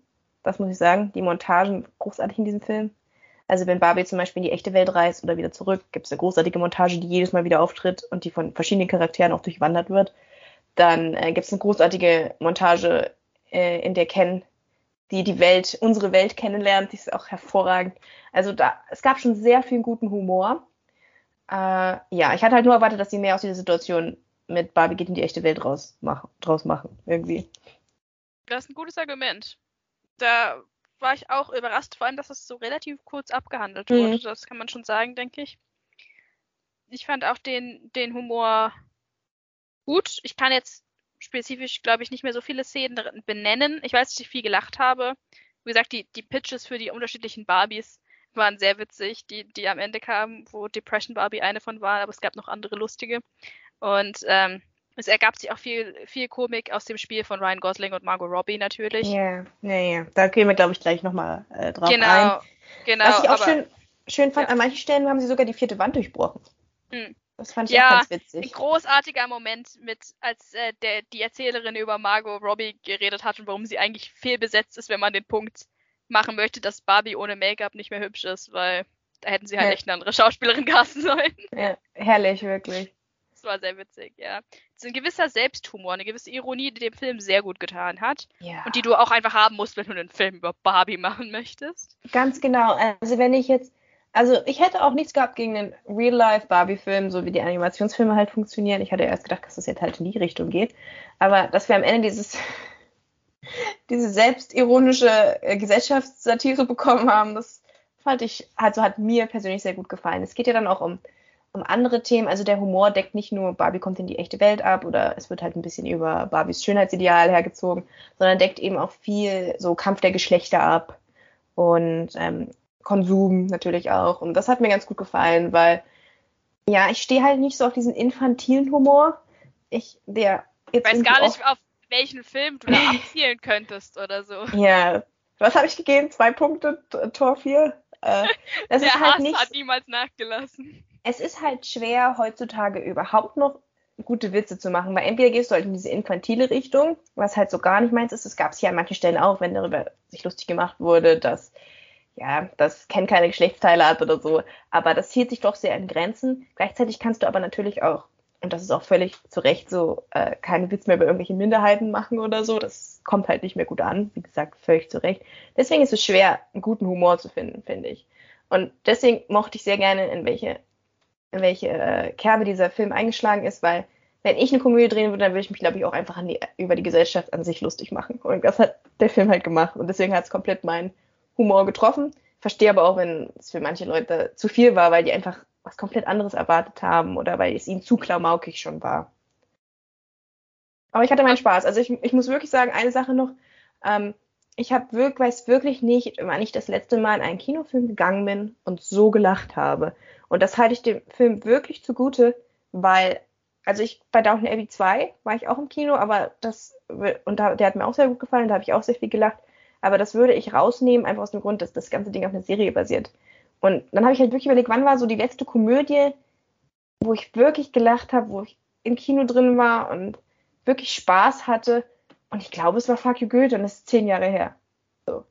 das muss ich sagen. Die Montagen großartig in diesem Film. Also wenn Barbie zum Beispiel in die echte Welt reist oder wieder zurück, gibt es eine großartige Montage, die jedes Mal wieder auftritt und die von verschiedenen Charakteren auch durchwandert wird. Dann äh, gibt es eine großartige Montage, äh, in der Ken die die Welt, unsere Welt kennenlernt. Die ist auch hervorragend. Also da, es gab schon sehr viel guten Humor. Äh, ja, ich hatte halt nur erwartet, dass sie mehr aus dieser Situation mit Barbie geht in die echte Welt raus machen, draus machen, irgendwie. Das ist ein gutes Argument. Da war ich auch überrascht, vor allem, dass es so relativ kurz abgehandelt Mhm. wurde. Das kann man schon sagen, denke ich. Ich fand auch den, den Humor gut. Ich kann jetzt spezifisch, glaube ich, nicht mehr so viele Szenen benennen. Ich weiß, dass ich viel gelacht habe. Wie gesagt, die, die Pitches für die unterschiedlichen Barbies waren sehr witzig, die, die am Ende kamen, wo Depression Barbie eine von war, aber es gab noch andere lustige. Und ähm, es ergab sich auch viel, viel Komik aus dem Spiel von Ryan Gosling und Margot Robbie natürlich. Ja, ja, ja. Da gehen wir, glaube ich, gleich nochmal äh, drauf Genau, ein. genau. Was ich auch aber, schön, schön fand, ja. an manchen Stellen haben sie sogar die vierte Wand durchbrochen. Hm. Das fand ich Ja, auch ganz ein witzig. großartiger Moment, mit, als äh, der, die Erzählerin über Margot Robbie geredet hat und warum sie eigentlich fehlbesetzt ist, wenn man den Punkt machen möchte, dass Barbie ohne Make-up nicht mehr hübsch ist, weil da hätten sie halt Ja. echt eine andere Schauspielerin casten sollen. Ja, herrlich, wirklich. Das war sehr witzig, ja. Es ist ein gewisser Selbsthumor, eine gewisse Ironie, die dem Film sehr gut getan hat Ja. und die du auch einfach haben musst, wenn du einen Film über Barbie machen möchtest. Ganz genau. Also wenn ich jetzt, also ich hätte auch nichts gehabt gegen einen Real-Life-Barbie-Film, so wie die Animationsfilme halt funktionieren. Ich hatte erst gedacht, dass das jetzt halt in die Richtung geht. Aber dass wir am Ende dieses, diese selbstironische äh, Gesellschaftssatire bekommen haben, das fand ich, also hat mir persönlich sehr gut gefallen. Es geht ja dann auch um, um andere Themen. Also der Humor deckt nicht nur Barbie kommt in die echte Welt ab oder es wird halt ein bisschen über Barbies Schönheitsideal hergezogen, sondern deckt eben auch viel so Kampf der Geschlechter ab und ähm, Konsum natürlich auch. Und das hat mir ganz gut gefallen, weil, ja, ich stehe halt nicht so auf diesen infantilen Humor. Ich, der jetzt Ich weiß irgendwie gar nicht, oft- auf welchen Film du da abzielen könntest oder so. Ja, was habe ich gegeben? Zwei Punkte, T- Tor vier. Äh, das Der ist halt Hass nicht, hat niemals nachgelassen. es ist halt schwer, heutzutage überhaupt noch gute Witze zu machen, weil entweder gehst du halt in diese infantile Richtung, was halt so gar nicht meins ist. Das gab es ja an manchen Stellen auch, wenn darüber sich lustig gemacht wurde, dass ja, das Ken keine Geschlechtsteile hat oder so. Aber das hielt sich doch sehr in Grenzen. Gleichzeitig kannst du aber natürlich auch, und das ist auch völlig zu Recht so, äh, keine Witze mehr über irgendwelche Minderheiten machen oder so. Das kommt halt nicht mehr gut an. Wie gesagt, völlig zu Recht. Deswegen ist es schwer, einen guten Humor zu finden, finde ich. Und deswegen mochte ich sehr gerne, in welche, in welche äh, Kerbe dieser Film eingeschlagen ist, weil wenn ich eine Komödie drehen würde, dann würde ich mich, glaube ich, auch einfach an die, über die Gesellschaft an sich lustig machen. Und das hat der Film halt gemacht. Und deswegen hat es komplett meinen Humor getroffen. Verstehe aber auch, wenn es für manche Leute zu viel war, weil die einfach was komplett anderes erwartet haben oder weil es ihnen zu klamaukig schon war. Aber ich hatte meinen Spaß. Also ich, ich muss wirklich sagen, eine Sache noch. Ähm, ich hab wirklich, weiß wirklich nicht, wann ich das letzte Mal in einen Kinofilm gegangen bin und so gelacht habe. Und das halte ich dem Film wirklich zugute, weil, also ich bei Downton Abbey zwei war ich auch im Kino, aber das, und da, der hat mir auch sehr gut gefallen, da habe ich auch sehr viel gelacht. Aber das würde ich rausnehmen, einfach aus dem Grund, dass das ganze Ding auf einer Serie basiert. Und dann habe ich halt wirklich überlegt, wann war so die letzte Komödie, wo ich wirklich gelacht habe, wo ich im Kino drin war und wirklich Spaß hatte. Und ich glaube, es war Fuck You Goethe und das ist zehn Jahre her. So.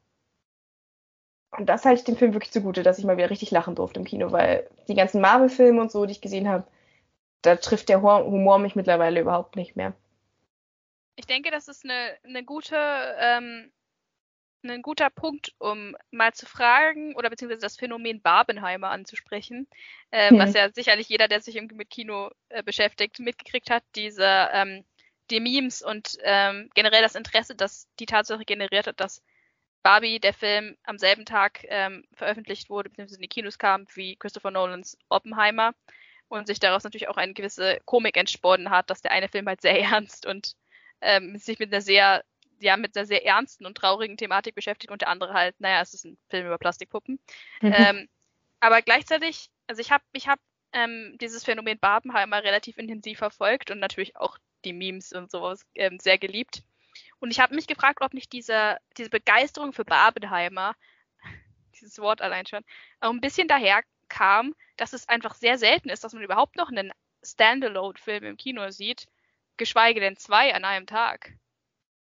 Und das halte ich dem Film wirklich zugute, dass ich mal wieder richtig lachen durfte im Kino, weil die ganzen Marvel-Filme und so, die ich gesehen habe, da trifft der Humor mich mittlerweile überhaupt nicht mehr. Ich denke, das ist eine, eine gute, ähm, ein guter Punkt, um mal zu fragen oder beziehungsweise das Phänomen Barbenheimer anzusprechen, äh, Hm. was ja sicherlich jeder, der sich irgendwie mit Kino äh, beschäftigt, mitgekriegt hat, diese ähm, die Memes und ähm, generell das Interesse, das die Tatsache generiert hat, dass Barbie, der Film, am selben Tag ähm, veröffentlicht wurde, beziehungsweise in die Kinos kam, wie Christopher Nolans Oppenheimer und sich daraus natürlich auch eine gewisse Komik entsponnen hat, dass der eine Film halt sehr ernst und ähm, sich mit einer sehr ja, mit einer sehr ernsten und traurigen Thematik beschäftigt und der andere halt, naja, es ist ein Film über Plastikpuppen. Mhm. Ähm, aber gleichzeitig, also ich habe ich hab, ähm, dieses Phänomen Barbenheimer relativ intensiv verfolgt und natürlich auch die Memes und sowas ähm, sehr geliebt. Und ich habe mich gefragt, ob nicht diese, diese Begeisterung für Barbenheimer, dieses Wort allein schon, auch ein bisschen daher kam, dass es einfach sehr selten ist, dass man überhaupt noch einen Standalone-Film im Kino sieht, geschweige denn zwei an einem Tag.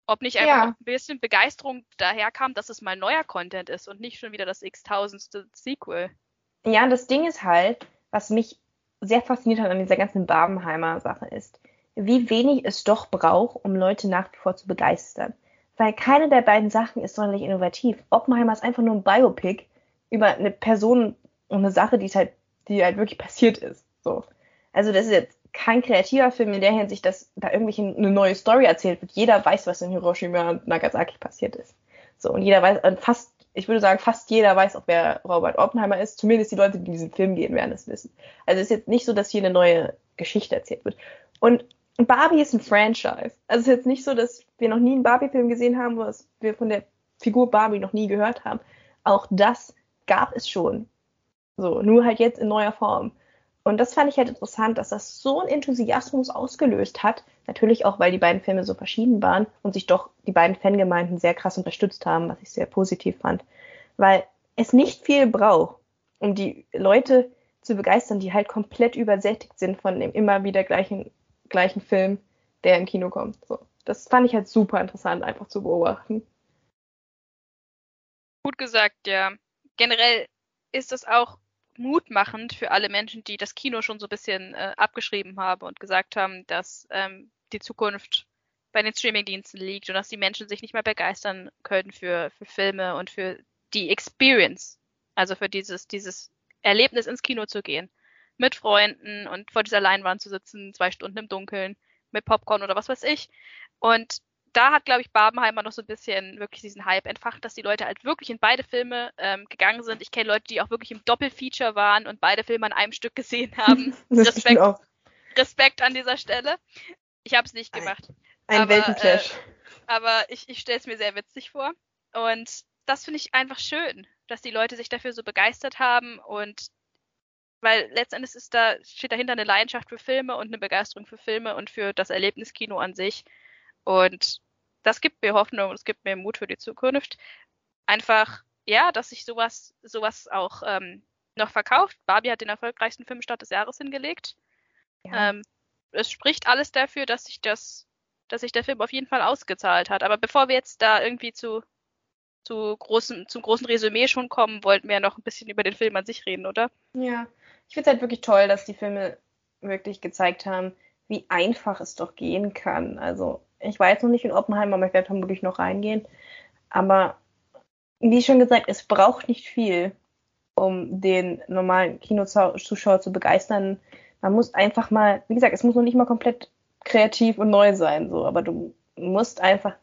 Ob nicht einfach Ja. auch ein bisschen Begeisterung daherkam, dass es mal neuer Content ist und nicht schon wieder das x-tausendste Sequel. Ja, und das Ding ist halt, was mich sehr fasziniert hat an dieser ganzen Barbenheimer-Sache ist, wie wenig es doch braucht, um Leute nach wie vor zu begeistern. Weil keine der beiden Sachen ist sonderlich innovativ. Oppenheimer ist einfach nur ein Biopic über eine Person und eine Sache, die halt, die halt wirklich passiert ist. So. Also das ist jetzt kein kreativer Film in der Hinsicht, dass da irgendwie eine neue Story erzählt wird. Jeder weiß, was in Hiroshima und Nagasaki passiert ist. So, und jeder weiß, und fast, ich würde sagen, fast jeder weiß auch, wer Robert Oppenheimer ist. Zumindest die Leute, die diesen Film gehen, werden es wissen. Also es ist jetzt nicht so, dass hier eine neue Geschichte erzählt wird. Und Barbie ist ein Franchise. Also es ist jetzt nicht so, dass wir noch nie einen Barbie-Film gesehen haben, was wir von der Figur Barbie noch nie gehört haben. Auch das gab es schon. So, nur halt jetzt in neuer Form. Und das fand ich halt interessant, dass das so einen Enthusiasmus ausgelöst hat. Natürlich auch, weil die beiden Filme so verschieden waren und sich doch die beiden Fangemeinden sehr krass unterstützt haben, was ich sehr positiv fand. Weil es nicht viel braucht, um die Leute zu begeistern, die halt komplett übersättigt sind von dem immer wieder gleichen, gleichen Film, der im Kino kommt. So. Das fand ich halt super interessant, einfach zu beobachten. Gut gesagt, ja. Generell ist das auch mutmachend für alle Menschen, die das Kino schon so ein bisschen äh, abgeschrieben haben und gesagt haben, dass ähm, die Zukunft bei den Streamingdiensten liegt und dass die Menschen sich nicht mehr begeistern können für, für Filme und für die Experience, also für dieses, dieses Erlebnis ins Kino zu gehen, mit Freunden und vor dieser Leinwand zu sitzen, zwei Stunden im Dunkeln, mit Popcorn oder was weiß ich. Und da hat, glaube ich, Barbenheimer noch so ein bisschen wirklich diesen Hype entfacht, dass die Leute halt wirklich in beide Filme ähm, gegangen sind. Ich kenne Leute, die auch wirklich im Doppelfeature waren und beide Filme an einem Stück gesehen haben. Das Respekt, auch Respekt an dieser Stelle. Ich habe es nicht gemacht. ein aber, Weltenclash. Äh, aber ich, ich stelle es mir sehr witzig vor. Und das finde ich einfach schön, dass die Leute sich dafür so begeistert haben. Und weil letztendlich ist da, steht dahinter eine Leidenschaft für Filme und eine Begeisterung für Filme und für das Erlebniskino an sich. Und das gibt mir Hoffnung, es gibt mir Mut für die Zukunft. Einfach, ja, dass sich sowas, sowas auch ähm, noch verkauft. Barbie hat den erfolgreichsten Filmstart des Jahres hingelegt. Ja. Ähm, es spricht alles dafür, dass sich das, dass sich der Film auf jeden Fall ausgezahlt hat. Aber bevor wir jetzt da irgendwie zu, zu großen, zum großen Resümee schon kommen, wollten wir ja noch ein bisschen über den Film an sich reden, oder? Ja, ich finde es halt wirklich toll, dass die Filme wirklich gezeigt haben, wie einfach es doch gehen kann. Also ich war jetzt noch nicht in Oppenheimer, aber ich werde vermutlich noch reingehen. Aber wie schon gesagt, es braucht nicht viel, um den normalen Kinozuschauer zu begeistern. Man muss einfach mal, wie gesagt, es muss noch nicht mal komplett kreativ und neu sein, so, aber du musst einfach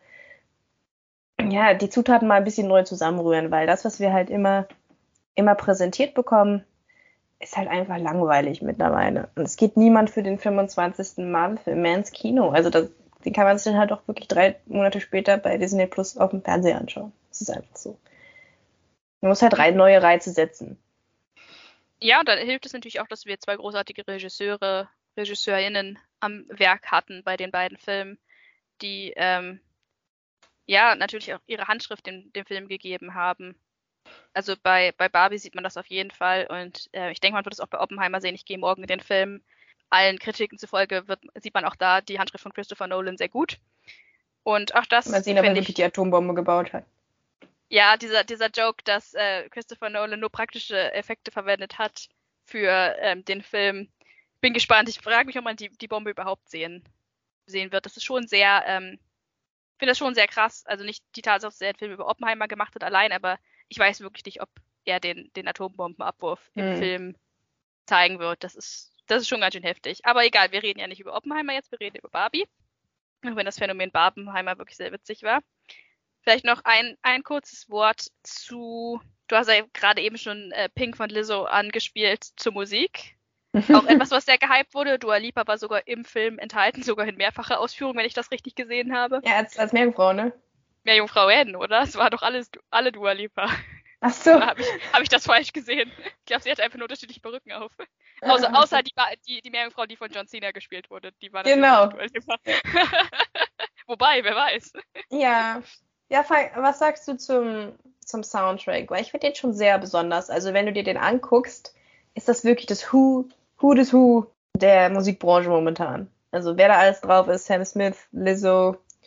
ja, die Zutaten mal ein bisschen neu zusammenrühren, weil das, was wir halt immer, immer präsentiert bekommen, ist halt einfach langweilig mittlerweile. Und es geht niemand für den fünfundzwanzigsten Marvel-Film mehr ins Kino. Also das, den kann man sich dann halt auch wirklich drei Monate später bei Disney Plus auf dem Fernseher anschauen. Das ist einfach so. Man muss halt drei neue Reize setzen. Ja, und dann hilft es natürlich auch, dass wir zwei großartige Regisseure, RegisseurInnen am Werk hatten bei den beiden Filmen, die ähm, ja natürlich auch ihre Handschrift dem, dem Film gegeben haben. Also bei, bei Barbie sieht man das auf jeden Fall und äh, ich denke, man wird es auch bei Oppenheimer sehen. Ich gehe morgen in den Film. Allen Kritiken zufolge wird, sieht man auch da die Handschrift von Christopher Nolan sehr gut. Und auch das Mal sehen, ob er finde wirklich ich, die Atombombe gebaut hat. ja, dieser, dieser Joke, dass äh, Christopher Nolan nur praktische Effekte verwendet hat für ähm, den Film. Bin gespannt. Ich frage mich, ob man die, die Bombe überhaupt sehen, sehen wird. Das ist schon sehr, ähm, ich finde das schon sehr krass. Also nicht die Tatsache, dass er einen Film über Oppenheimer gemacht hat allein, aber ich weiß wirklich nicht, ob er den, den Atombombenabwurf im Hm. Film zeigen wird. Das ist, das ist schon ganz schön heftig. Aber egal, wir reden ja nicht über Oppenheimer jetzt, wir reden über Barbie. Auch wenn das Phänomen Barbenheimer wirklich sehr witzig war. Vielleicht noch ein, ein kurzes Wort zu, du hast ja gerade eben schon äh, Pink von Lizzo angespielt, zur Musik. Auch etwas, was sehr gehypt wurde. Dua Lipa war sogar im Film enthalten, sogar in mehrfacher Ausführung, wenn ich das richtig gesehen habe. Ja, als, als Meerjungfrau, ne? Meerjungfrau N, oder? Es war doch alles, alle Dua Lipa. Ach so. Oder habe ich, hab ich das falsch gesehen? Ich glaube, sie hatte einfach nur unterschiedliche Perücken auf. Außer, außer die, die, die Meerjungfrau, die von John Cena gespielt wurde. Die war Genau. natürlich Dua Lipa. Wobei, wer weiß. Ja. Ja, Frank, was sagst du zum, zum Soundtrack? Weil ich finde den schon sehr besonders. Also wenn du dir den anguckst, ist das wirklich das Who, Who des Who der Musikbranche momentan. Also wer da alles drauf ist, Sam Smith, Lizzo,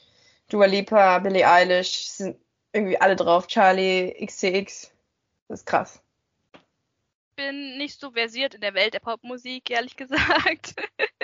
Dua Lipa, Billie Eilish, sind irgendwie alle drauf. Charlie, X C X. Das ist krass. Bin nicht so versiert in der Welt der Popmusik, ehrlich gesagt.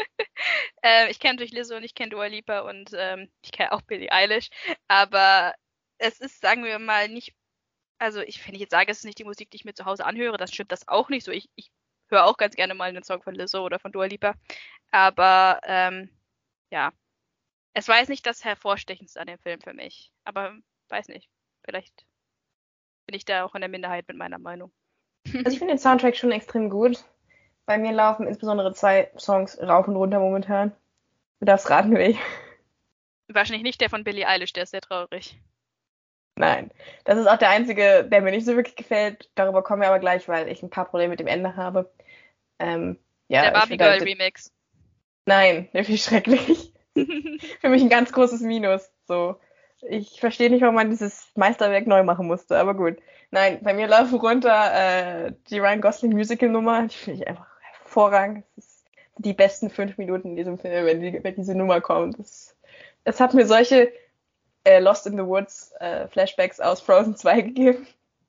äh, ich kenne natürlich Lizzo und ich kenne Dua Lipa und ähm, ich kenne auch Billie Eilish. Aber es ist, sagen wir mal, nicht, also ich, wenn ich jetzt sage, es ist nicht die Musik, die ich mir zu Hause anhöre, dann stimmt das auch nicht so. Ich, ich höre auch ganz gerne mal einen Song von Lizzo oder von Dua Lipa. Aber ähm, ja, es war jetzt nicht das Hervorstechendste an dem Film für mich. Aber weiß nicht, vielleicht bin ich da auch in der Minderheit mit meiner Meinung. Also ich finde den Soundtrack schon extrem gut. Bei mir laufen insbesondere zwei Songs rauf und runter momentan. Du darfst raten, welche. Wahrscheinlich nicht der von Billie Eilish, der ist sehr traurig. Nein, das ist auch der einzige, der mir nicht so wirklich gefällt. Darüber kommen wir aber gleich, weil ich ein paar Probleme mit dem Ende habe. Ähm, ja, der Barbie Girl Remix. Nein, der ist schrecklich. Für mich ein ganz großes Minus. So, ich verstehe nicht, warum man dieses Meisterwerk neu machen musste, aber gut. Nein, bei mir laufen runter äh, die Ryan Gosling Musical-Nummer. Die finde ich einfach hervorragend. Das ist die besten fünf Minuten in diesem Film, wenn, die, wenn diese Nummer kommt. Das, es hat mir solche äh, Lost in the Woods äh, Flashbacks aus Frozen zwei gegeben.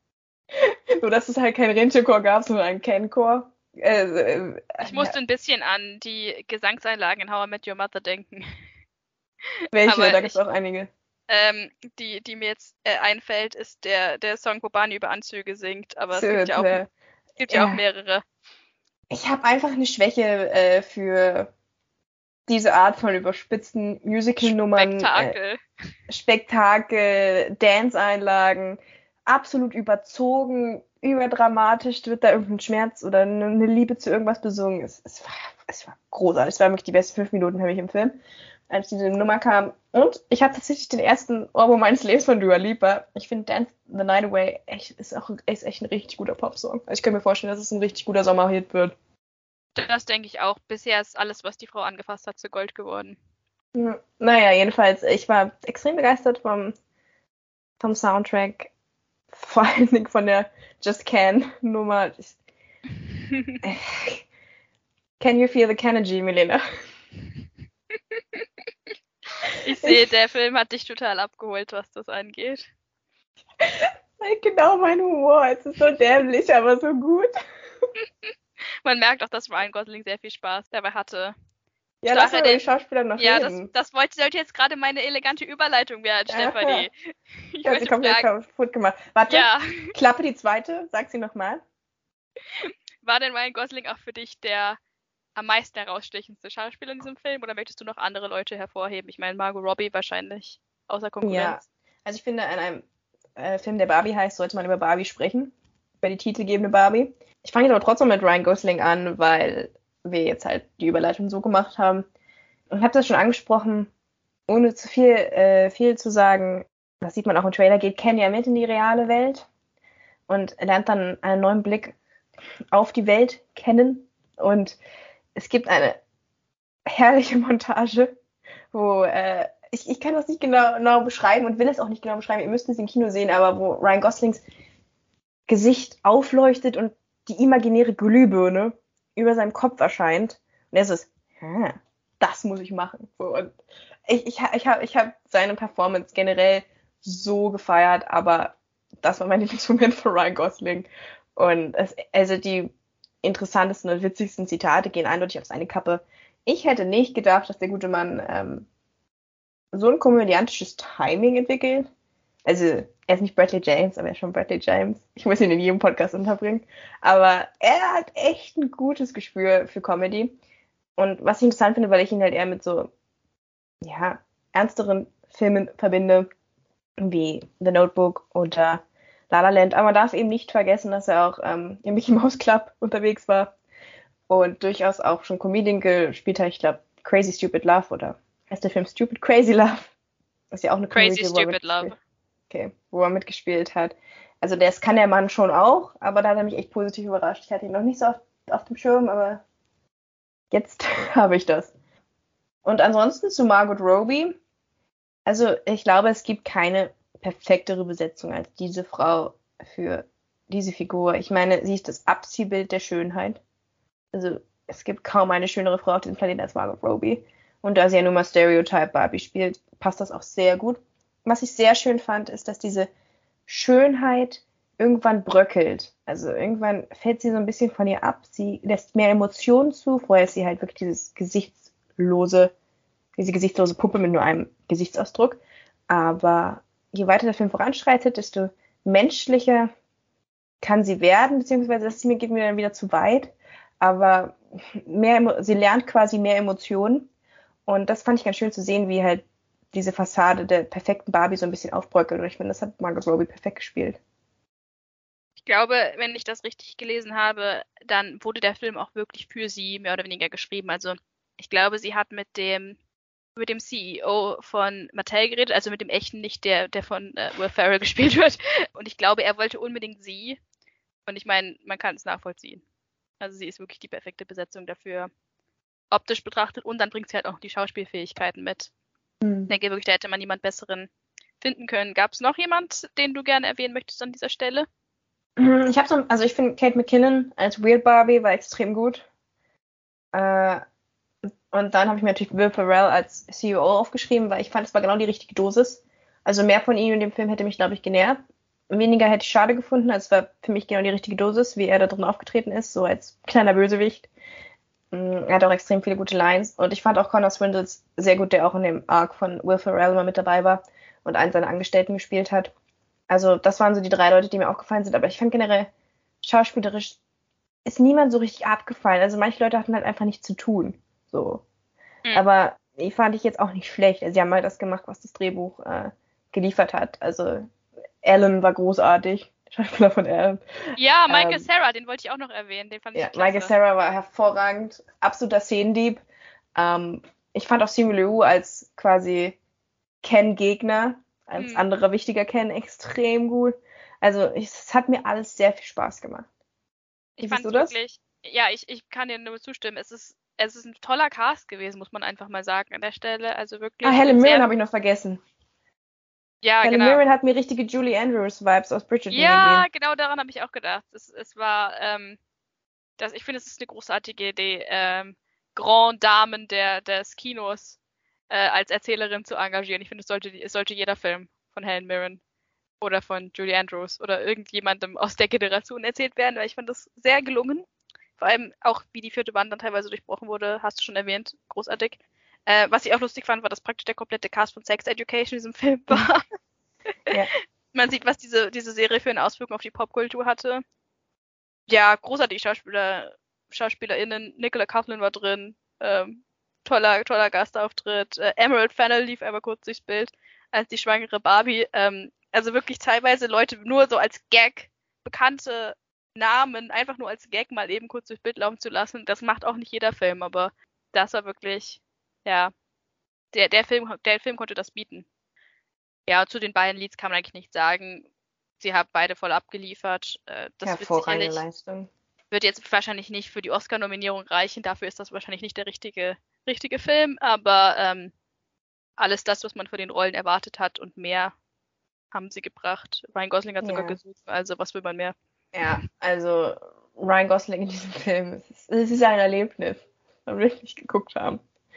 Nur, dass es halt keinen Rentierchor gab, sondern einen Ken-Chor. Äh, äh, ich musste ein bisschen an die Gesangseinlagen in How I Met Your Mother denken. Welche? Aber da gibt es ich, auch einige. Ähm, die, die mir jetzt äh, einfällt, ist der, der Song, wo Barney über Anzüge singt. Aber es Gut, gibt ja auch, äh, es gibt ja ja. auch mehrere. Ich habe einfach eine Schwäche äh, für diese Art von überspitzten Musical-Nummern. Spektakel. Äh, Spektakel, Dance-Einlagen, absolut überzogen, überdramatisch, wird da irgendein Schmerz oder eine Liebe zu irgendwas besungen. Es, es, war, es war großartig. Es war wirklich die besten fünf Minuten für mich im Film, als diese Nummer kam. Und ich habe tatsächlich den ersten Ohrwurm meines Lebens von Dua Lipa. Ich finde Dance the Night Away echt, ist, auch, ist echt ein richtig guter Popsong. Also ich kann mir vorstellen, dass es ein richtig guter Sommerhit wird. Das denke ich auch. Bisher ist alles, was die Frau angefasst hat, zu Gold geworden. Ja. Naja, jedenfalls, ich war extrem begeistert vom, vom Soundtrack. Vor allen Dingen von der Just Can-Nummer. Can you feel the Kennedy, Milena? Ich sehe, der Film hat dich total abgeholt, was das angeht. Genau mein Humor. Es ist so dämlich, aber so gut. Man merkt auch, dass Ryan Gosling sehr viel Spaß dabei hatte. Ja, lass mal über die Schauspieler noch ja, reden. Ja, das, das wollte, sollte jetzt gerade meine elegante Überleitung werden, Stefanie. Ich ja, sie komplett kaputt gemacht. Warte, ja. Klappe die zweite, sag sie nochmal. War denn Ryan Gosling auch für dich der am meisten herausstechendste Schauspieler in diesem Film oder möchtest du noch andere Leute hervorheben? Ich meine, Margot Robbie wahrscheinlich, außer Konkurrenz. Ja, also ich finde, in einem äh, Film, der Barbie heißt, sollte man über Barbie sprechen. Über die titelgebende Barbie. Ich fange jetzt aber trotzdem mit Ryan Gosling an, weil wir jetzt halt die Überleitung so gemacht haben. Und ich habe das schon angesprochen, ohne zu viel, äh, viel zu sagen, das sieht man auch im Trailer, geht Ken ja mit in die reale Welt und lernt dann einen neuen Blick auf die Welt kennen. Und es gibt eine herrliche Montage, wo, äh, ich, ich kann das nicht genau, genau beschreiben und will es auch nicht genau beschreiben, ihr müsst es im Kino sehen, aber wo Ryan Goslings Gesicht aufleuchtet und die imaginäre Glühbirne über seinem Kopf erscheint. Und er ist, hm, das muss ich machen. So, und ich, ich, ich habe ich hab seine Performance generell so gefeiert, aber das war mein Lieblingsmoment von Ryan Gosling. Und es, also die interessantesten und witzigsten Zitate gehen eindeutig auf seine Kappe. Ich hätte nicht gedacht, dass der gute Mann ähm, so ein komödiantisches Timing entwickelt. Also, er ist nicht Bradley James, aber er ist schon Bradley James. Ich muss ihn in jedem Podcast unterbringen. Aber er hat echt ein gutes Gespür für Comedy. Und was ich interessant finde, weil ich ihn halt eher mit so, ja, ernsteren Filmen verbinde, wie The Notebook oder La La Land. Aber man darf eben nicht vergessen, dass er auch ähm, im Mickey Mouse Club unterwegs war und durchaus auch schon Comedian gespielt hat. Ich glaube, Crazy Stupid Love oder heißt der Film Stupid Crazy Love? Das ist ja auch eine Crazy Komödie, Stupid Love. Okay, wo er mitgespielt hat. Also das kann der Mann schon auch, aber da hat er mich echt positiv überrascht. Ich hatte ihn noch nicht so auf, auf dem Schirm, aber jetzt habe ich das. Und ansonsten zu Margot Robbie. Also ich glaube, es gibt keine perfektere Besetzung als diese Frau für diese Figur. Ich meine, sie ist das Abziehbild der Schönheit. Also es gibt kaum eine schönere Frau auf diesem Planeten als Margot Robbie. Und da sie ja nun mal Stereotype Barbie spielt, passt das auch sehr gut. Was ich sehr schön fand, ist, dass diese Schönheit irgendwann bröckelt. Also irgendwann fällt sie so ein bisschen von ihr ab. Sie lässt mehr Emotionen zu. Vorher ist sie halt wirklich dieses gesichtslose, diese gesichtslose Puppe mit nur einem Gesichtsausdruck. Aber je weiter der Film voranschreitet, desto menschlicher kann sie werden, beziehungsweise das mir geht mir dann wieder zu weit. Aber mehr, sie lernt quasi mehr Emotionen. Und das fand ich ganz schön zu sehen, wie halt diese Fassade der perfekten Barbie so ein bisschen aufbröckelt. Und ich finde, das hat Margot Robbie perfekt gespielt. Ich glaube, wenn ich das richtig gelesen habe, dann wurde der Film auch wirklich für sie mehr oder weniger geschrieben. Also ich glaube, sie hat mit dem mit dem C E O von Mattel geredet, also mit dem echten, nicht der, der von äh, Will Ferrell gespielt wird. Und ich glaube, er wollte unbedingt sie. Und ich meine, man kann es nachvollziehen. Also sie ist wirklich die perfekte Besetzung dafür, optisch betrachtet. Und dann bringt sie halt auch die Schauspielfähigkeiten mit. Hm. Ich denke wirklich, da hätte man niemand Besseren finden können. Gab es noch jemand, den du gerne erwähnen möchtest an dieser Stelle? Ich habe so, also ich finde Kate McKinnon als Weird Barbie war extrem gut. Äh, und dann habe ich mir natürlich Will Ferrell als C E O aufgeschrieben, weil ich fand, es war genau die richtige Dosis. Also mehr von ihm in dem Film hätte mich, glaube ich, genervt. Weniger hätte ich schade gefunden. Also es war für mich genau die richtige Dosis, wie er da drin aufgetreten ist, so als kleiner Bösewicht. Er hat auch extrem viele gute Lines. Und ich fand auch Connor Swindles sehr gut, der auch in dem Arc von Will Ferrell mal mit dabei war und einen seiner Angestellten gespielt hat. Also das waren so die drei Leute, die mir aufgefallen sind. Aber ich fand generell, schauspielerisch ist niemand so richtig abgefallen. Also manche Leute hatten halt einfach nichts zu tun. So. Mhm. Aber die fand ich jetzt auch nicht schlecht. Also sie haben halt das gemacht, was das Drehbuch äh, geliefert hat. Also Alan war großartig. Der Schauspieler von Alan. Ja, Michael Ähm, Cera, den wollte ich auch noch erwähnen. Den fand ich Ja, klasse. Michael Cera war hervorragend. Absoluter Szenendieb. Ähm, ich fand auch Simu Liu als quasi Ken-Gegner, als Hm. anderer wichtiger Ken, extrem gut. Also ich, es hat mir alles sehr viel Spaß gemacht. Wie Ich siehst fand du es das? wirklich, ja, ich, ich kann dir nur zustimmen. Es ist, es ist ein toller Cast gewesen, muss man einfach mal sagen an der Stelle. Also wirklich. Ah, Helen mit Mirren sehr, habe ich noch vergessen. ja, Helen genau. Mirren hat mir richtige Julie Andrews-Vibes aus Bridgerton Ja, gegeben. genau daran habe ich auch gedacht. Es, es war, ähm, das, ich finde, es ist eine großartige Idee, ähm, Grand Damen der, des Kinos äh, als Erzählerin zu engagieren. Ich finde, es sollte, es sollte jeder Film von Helen Mirren oder von Julie Andrews oder irgendjemandem aus der Generation erzählt werden, weil ich fand das sehr gelungen. Vor allem auch, wie die vierte Wand dann teilweise durchbrochen wurde, hast du schon erwähnt, großartig. Äh, was ich auch lustig fand, war, dass praktisch der komplette Cast von Sex Education in diesem Film war. Ja. Man sieht, was diese, diese Serie für eine Auswirkung auf die Popkultur hatte. Ja, großartige Schauspieler, SchauspielerInnen. Nicola Coughlan war drin. Ähm, toller, toller Gastauftritt. Äh, Emerald Fennell lief einmal kurz durchs Bild als die schwangere Barbie. Ähm, also wirklich teilweise Leute nur so als Gag, bekannte Namen, einfach nur als Gag mal eben kurz durchs Bild laufen zu lassen. Das macht auch nicht jeder Film, aber das war wirklich, ja, der, der Film, der Film konnte das bieten. Ja, zu den beiden Leads kann man eigentlich nichts sagen. Sie haben beide voll abgeliefert. Äh, das wird Hervorragende sicherlich, Leistung. wird jetzt wahrscheinlich nicht für die Oscar-Nominierung reichen. Dafür ist das wahrscheinlich nicht der richtige, richtige Film, aber ähm, alles das, was man von den Rollen erwartet hat und mehr, haben sie gebracht. Ryan Gosling hat sogar Ja. gesucht, also was will man mehr? Ja, also Ryan Gosling in diesem Film, es ist, es ist ein Erlebnis, wenn wir wirklich geguckt haben.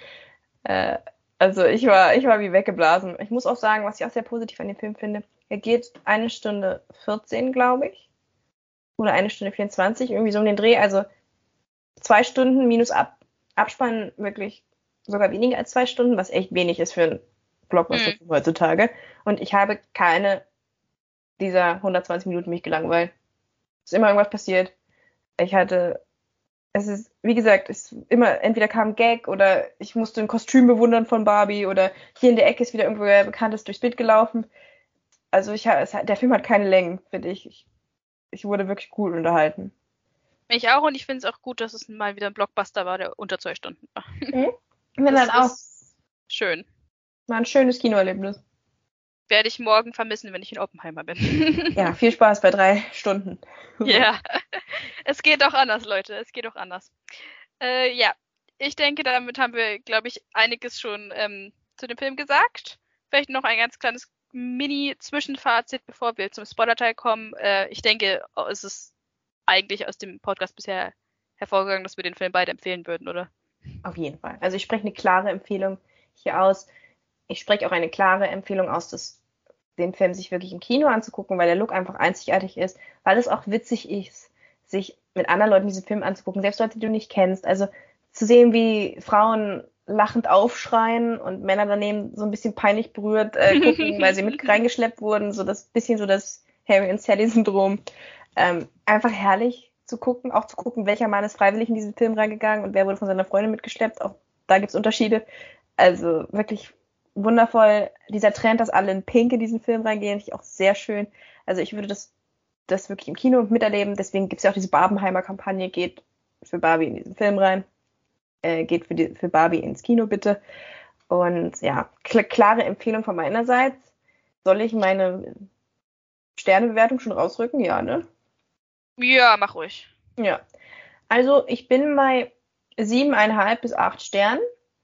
Äh, also ich war, ich war wie weggeblasen. Ich muss auch sagen, was ich auch sehr positiv an dem Film finde, er geht eine Stunde vierzehn, glaube ich. Oder eine Stunde vierundzwanzig, irgendwie so um den Dreh. Also zwei Stunden minus Ab Abspann, wirklich sogar weniger als zwei Stunden, was echt wenig ist für einen Blockbuster Hm. heutzutage. Und ich habe keine dieser hundertzwanzig Minuten mich gelangweilt. Es ist immer irgendwas passiert. Ich hatte, es ist, wie gesagt, es ist immer, entweder kam ein Gag oder ich musste ein Kostüm bewundern von Barbie oder hier in der Ecke ist wieder irgendwo wer Bekanntes durchs Bild gelaufen. Also ich, es, der Film hat keine Längen, finde ich. ich. Ich wurde wirklich gut unterhalten. Ich auch und ich finde es auch gut, dass es mal wieder ein Blockbuster war, der unter zwei Stunden war. Mhm. Ich finde Das das auch, ist schön. war ein schönes Kinoerlebnis. Werde ich morgen vermissen, wenn ich in Oppenheimer bin. Ja, viel Spaß bei drei Stunden. Ja, es geht auch anders, Leute. Es geht auch anders. Äh, ja, ich denke, damit haben wir, glaube ich, einiges schon ähm, zu dem Film gesagt. Vielleicht noch ein ganz kleines Mini-Zwischenfazit, bevor wir zum Spoiler-Teil kommen. Äh, ich denke, oh, es ist eigentlich aus dem Podcast bisher hervorgegangen, dass wir den Film beide empfehlen würden, oder? Auf jeden Fall. Also ich spreche eine klare Empfehlung hier aus. Ich spreche auch eine klare Empfehlung aus, das, den Film sich wirklich im Kino anzugucken, weil der Look einfach einzigartig ist, weil es auch witzig ist, sich mit anderen Leuten diesen Film anzugucken, selbst Leute, die du nicht kennst. Also zu sehen, wie Frauen lachend aufschreien und Männer daneben so ein bisschen peinlich berührt äh, gucken, weil sie mit reingeschleppt wurden, so das bisschen so das Harry und Sally-Syndrom. Ähm, einfach herrlich zu gucken, auch zu gucken, welcher Mann ist freiwillig in diesen Film reingegangen und wer wurde von seiner Freundin mitgeschleppt. Auch da gibt's Unterschiede. Also wirklich wundervoll. Dieser Trend, dass alle in Pink in diesen Film reingehen, finde ich auch sehr schön. Also ich würde das, das wirklich im Kino miterleben. Deswegen gibt's ja auch diese Barbenheimer-Kampagne, geht für Barbie in diesen Film rein. Äh, geht für, die, für Barbie ins Kino bitte. Und ja, kl- klare Empfehlung von meinerseits. Soll ich meine Sternebewertung schon rausrücken? Ja, ne? Ja, mach ruhig. Ja. Also ich bin bei siebeneinhalb bis acht Sternen.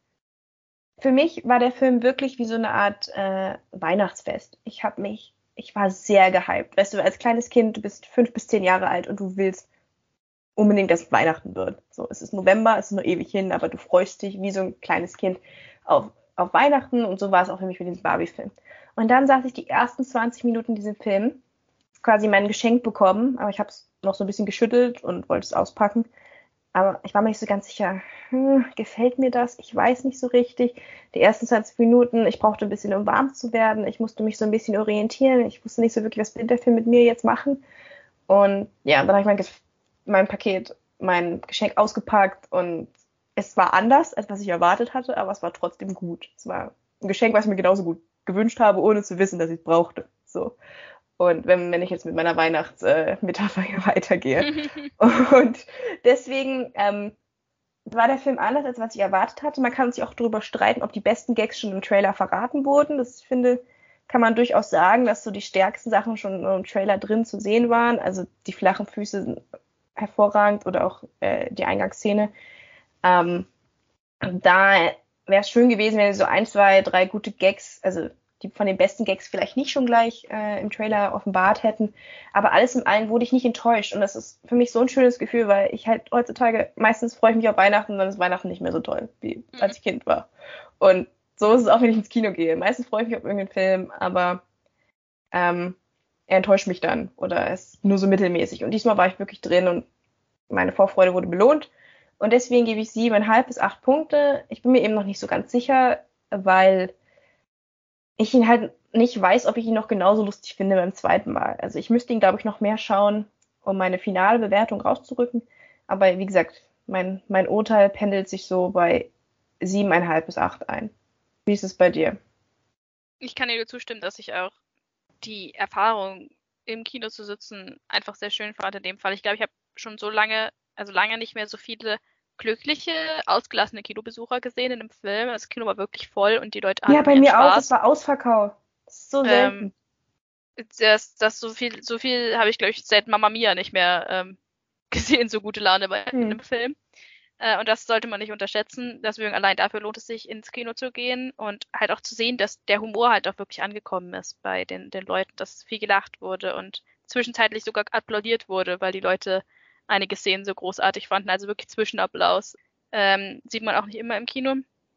Für mich war der Film wirklich wie so eine Art äh, Weihnachtsfest. Ich habe mich, ich war sehr gehypt. Weißt du, als kleines Kind, du bist fünf bis zehn Jahre alt und du willst unbedingt, dass Weihnachten wird. So, es ist November, es ist nur ewig hin, aber du freust dich wie so ein kleines Kind auf, auf Weihnachten und so war es auch für mich mit diesem Barbie-Film. Und dann saß ich die ersten zwanzig Minuten in diesem Film, quasi mein Geschenk bekommen, aber ich habe es noch so ein bisschen geschüttelt und wollte es auspacken. Aber ich war mir nicht so ganz sicher, hm, gefällt mir das? Ich weiß nicht so richtig. Die ersten zwanzig Minuten, ich brauchte ein bisschen, um warm zu werden. Ich musste mich so ein bisschen orientieren. Ich wusste nicht so wirklich, was will der Film mit mir jetzt machen. Und ja, dann habe ich mein, mein Paket, mein Geschenk ausgepackt und es war anders, als was ich erwartet hatte, aber es war trotzdem gut. Es war ein Geschenk, was ich mir genauso gut gewünscht habe, ohne zu wissen, dass ich es brauchte. So. Und wenn, wenn ich jetzt mit meiner Weihnachtsmetapher hier weitergehe. Und deswegen ähm, war der Film anders, als was ich erwartet hatte. Man kann sich auch darüber streiten, ob die besten Gags schon im Trailer verraten wurden. Das, ich finde, kann man durchaus sagen, dass so die stärksten Sachen schon im Trailer drin zu sehen waren. Also die flachen Füße sind hervorragend oder auch äh, die Eingangsszene. Ähm, da wäre es schön gewesen, wenn so ein, zwei, drei gute Gags, also die von den besten Gags vielleicht nicht schon gleich äh, im Trailer offenbart hätten. Aber alles in allem wurde ich nicht enttäuscht. Und das ist für mich so ein schönes Gefühl, weil ich halt heutzutage, meistens freue ich mich auf Weihnachten und dann ist Weihnachten nicht mehr so toll, wie Mhm. als ich Kind war. Und so ist es auch, wenn ich ins Kino gehe. Meistens freue ich mich auf irgendeinen Film, aber ähm, er enttäuscht mich dann oder er ist nur so mittelmäßig. Und diesmal war ich wirklich drin und meine Vorfreude wurde belohnt. Und deswegen gebe ich siebeneinhalb bis acht Punkte. Ich bin mir eben noch nicht so ganz sicher, weil ich ihn halt nicht weiß, ob ich ihn noch genauso lustig finde beim zweiten Mal. Also ich müsste ihn, glaube ich, noch mehr schauen, um meine finale Bewertung rauszurücken. Aber wie gesagt, mein, mein Urteil pendelt sich so bei siebeneinhalb bis acht ein. Wie ist es bei dir? Ich kann dir zustimmen, dass ich auch die Erfahrung, im Kino zu sitzen, einfach sehr schön fand in dem Fall. Ich glaube, ich habe schon so lange, also lange nicht mehr so viele glückliche, ausgelassene Kinobesucher gesehen in einem Film. Das Kino war wirklich voll und die Leute hatten Ja, bei ihren mir auch. Spaß. Es war ausverkauft. Das ist so selten. Ähm, das, das so viel, so viel habe ich, glaube ich, seit Mamma Mia nicht mehr ähm, gesehen, so gute Laune bei Hm. einem Film. Äh, und das sollte man nicht unterschätzen. Deswegen allein dafür lohnt es sich, ins Kino zu gehen und halt auch zu sehen, dass der Humor halt auch wirklich angekommen ist bei den, den Leuten, dass viel gelacht wurde und zwischenzeitlich sogar applaudiert wurde, weil die Leute einige Szenen so großartig fanden. Also wirklich Zwischenapplaus. Ähm, sieht man auch nicht immer im Kino.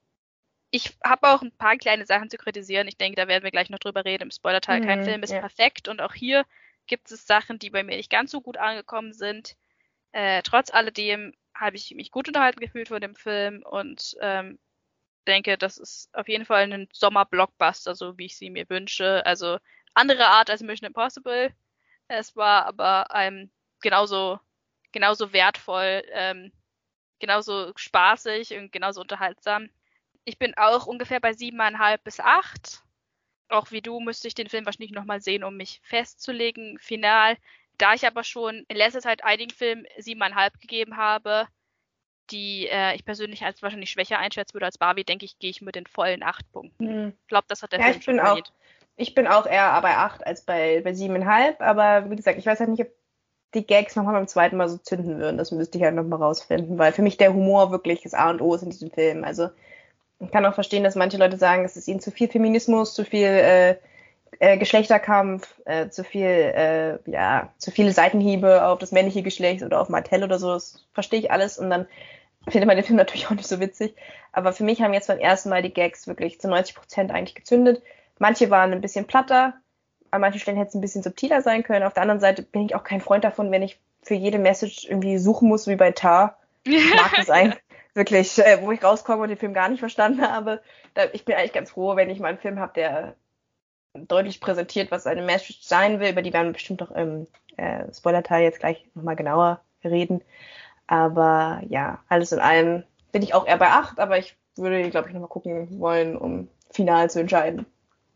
Ich habe auch ein paar kleine Sachen zu kritisieren. Ich denke, da werden wir gleich noch drüber reden. Im Spoilerteil, kein Mhm, Film ist ja. perfekt. Und auch hier gibt es Sachen, die bei mir nicht ganz so gut angekommen sind. Äh, trotz alledem habe ich mich gut unterhalten gefühlt von dem Film und ähm, denke, das ist auf jeden Fall ein Sommer-Blockbuster, so wie ich sie mir wünsche. Also andere Art als Mission Impossible. Es war aber ähm, genauso, genauso wertvoll, ähm, genauso spaßig und genauso unterhaltsam. Ich bin auch ungefähr bei siebeneinhalb bis acht. Auch wie du müsste ich den Film wahrscheinlich nochmal sehen, um mich festzulegen, final. Da ich aber schon in letzter Zeit einigen Filmen siebeneinhalb gegeben habe, die äh, ich persönlich als wahrscheinlich schwächer einschätzen würde als Barbie, denke ich, gehe ich mit den vollen acht Punkten. Hm. Ich glaube, das hat der Ja, Film ich schon bin auch, verdient. ich bin auch eher bei acht als bei, bei siebeneinhalb, aber wie gesagt, ich weiß halt nicht, ob die Gags nochmal beim zweiten Mal so zünden würden. Das müsste ich halt nochmal rausfinden, weil für mich der Humor wirklich das A und O ist in diesem Film. Also ich kann auch verstehen, dass manche Leute sagen, es ist ihnen zu viel Feminismus, zu viel äh, äh, Geschlechterkampf, äh, zu viel, äh, ja, zu viele Seitenhiebe auf das männliche Geschlecht oder auf Mattel oder so. Das verstehe ich alles. Und dann finde man den Film natürlich auch nicht so witzig. Aber für mich haben jetzt beim ersten Mal die Gags wirklich zu neunzig Prozent eigentlich gezündet. Manche waren ein bisschen platter, an manchen Stellen hätte es ein bisschen subtiler sein können. Auf der anderen Seite bin ich auch kein Freund davon, wenn ich für jede Message irgendwie suchen muss, wie bei Tar. Ich mag das eigentlich wirklich, äh, wo ich rauskomme und den Film gar nicht verstanden habe. Da, ich bin eigentlich ganz froh, wenn ich mal einen Film habe, der deutlich präsentiert, was eine Message sein will. Über die werden wir bestimmt auch im äh, Spoiler-Teil jetzt gleich nochmal genauer reden. Aber ja, alles in allem bin ich auch eher bei acht, aber ich würde, glaube ich, nochmal gucken wollen, um final zu entscheiden.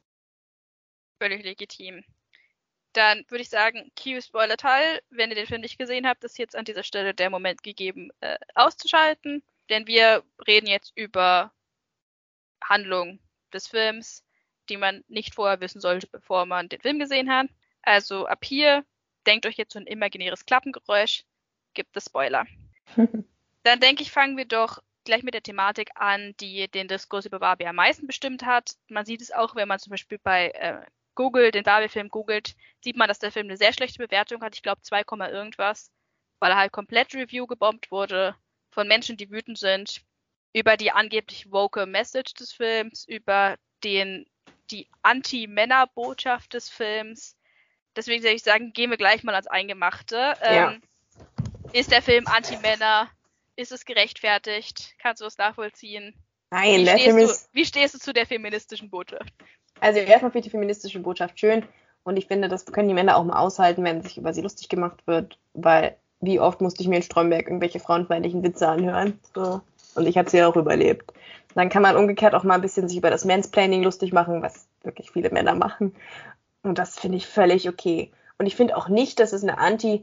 Völlig legitim. Dann würde ich sagen, Q-Spoiler-Teil. Wenn ihr den Film nicht gesehen habt, ist jetzt an dieser Stelle der Moment gegeben, äh, auszuschalten. Denn wir reden jetzt über Handlung des Films, die man nicht vorher wissen sollte, bevor man den Film gesehen hat. Also ab hier, denkt euch jetzt so ein imaginäres Klappengeräusch, gibt es Spoiler. Dann denke ich, fangen wir doch gleich mit der Thematik an, die den Diskurs über Barbie am meisten bestimmt hat. Man sieht es auch, wenn man zum Beispiel bei äh, Google den Barbie-Film googelt, sieht man, dass der Film eine sehr schlechte Bewertung hat. Ich glaube zwei, irgendwas, weil er halt komplett Review gebombt wurde von Menschen, die wütend sind über die angeblich woke Message des Films, über den, die Anti-Männer-Botschaft des Films. Deswegen würde ich sagen, gehen wir gleich mal ans Eingemachte. Ja. Ähm, ist der Film Anti-Männer? Ist es gerechtfertigt? Kannst du es nachvollziehen? Nein, wie der stehst Film du, ist... Wie stehst du zu der feministischen Botschaft? Also erstmal finde ich die feministische Botschaft schön und ich finde, das können die Männer auch mal aushalten, wenn sich über sie lustig gemacht wird, weil wie oft musste ich mir in Stromberg irgendwelche frauenfeindlichen Witze anhören. So. Und ich habe sie ja auch überlebt. Dann kann man umgekehrt auch mal ein bisschen sich über das Mansplaining lustig machen, was wirklich viele Männer machen. Und das finde ich völlig okay. Und ich finde auch nicht, dass es eine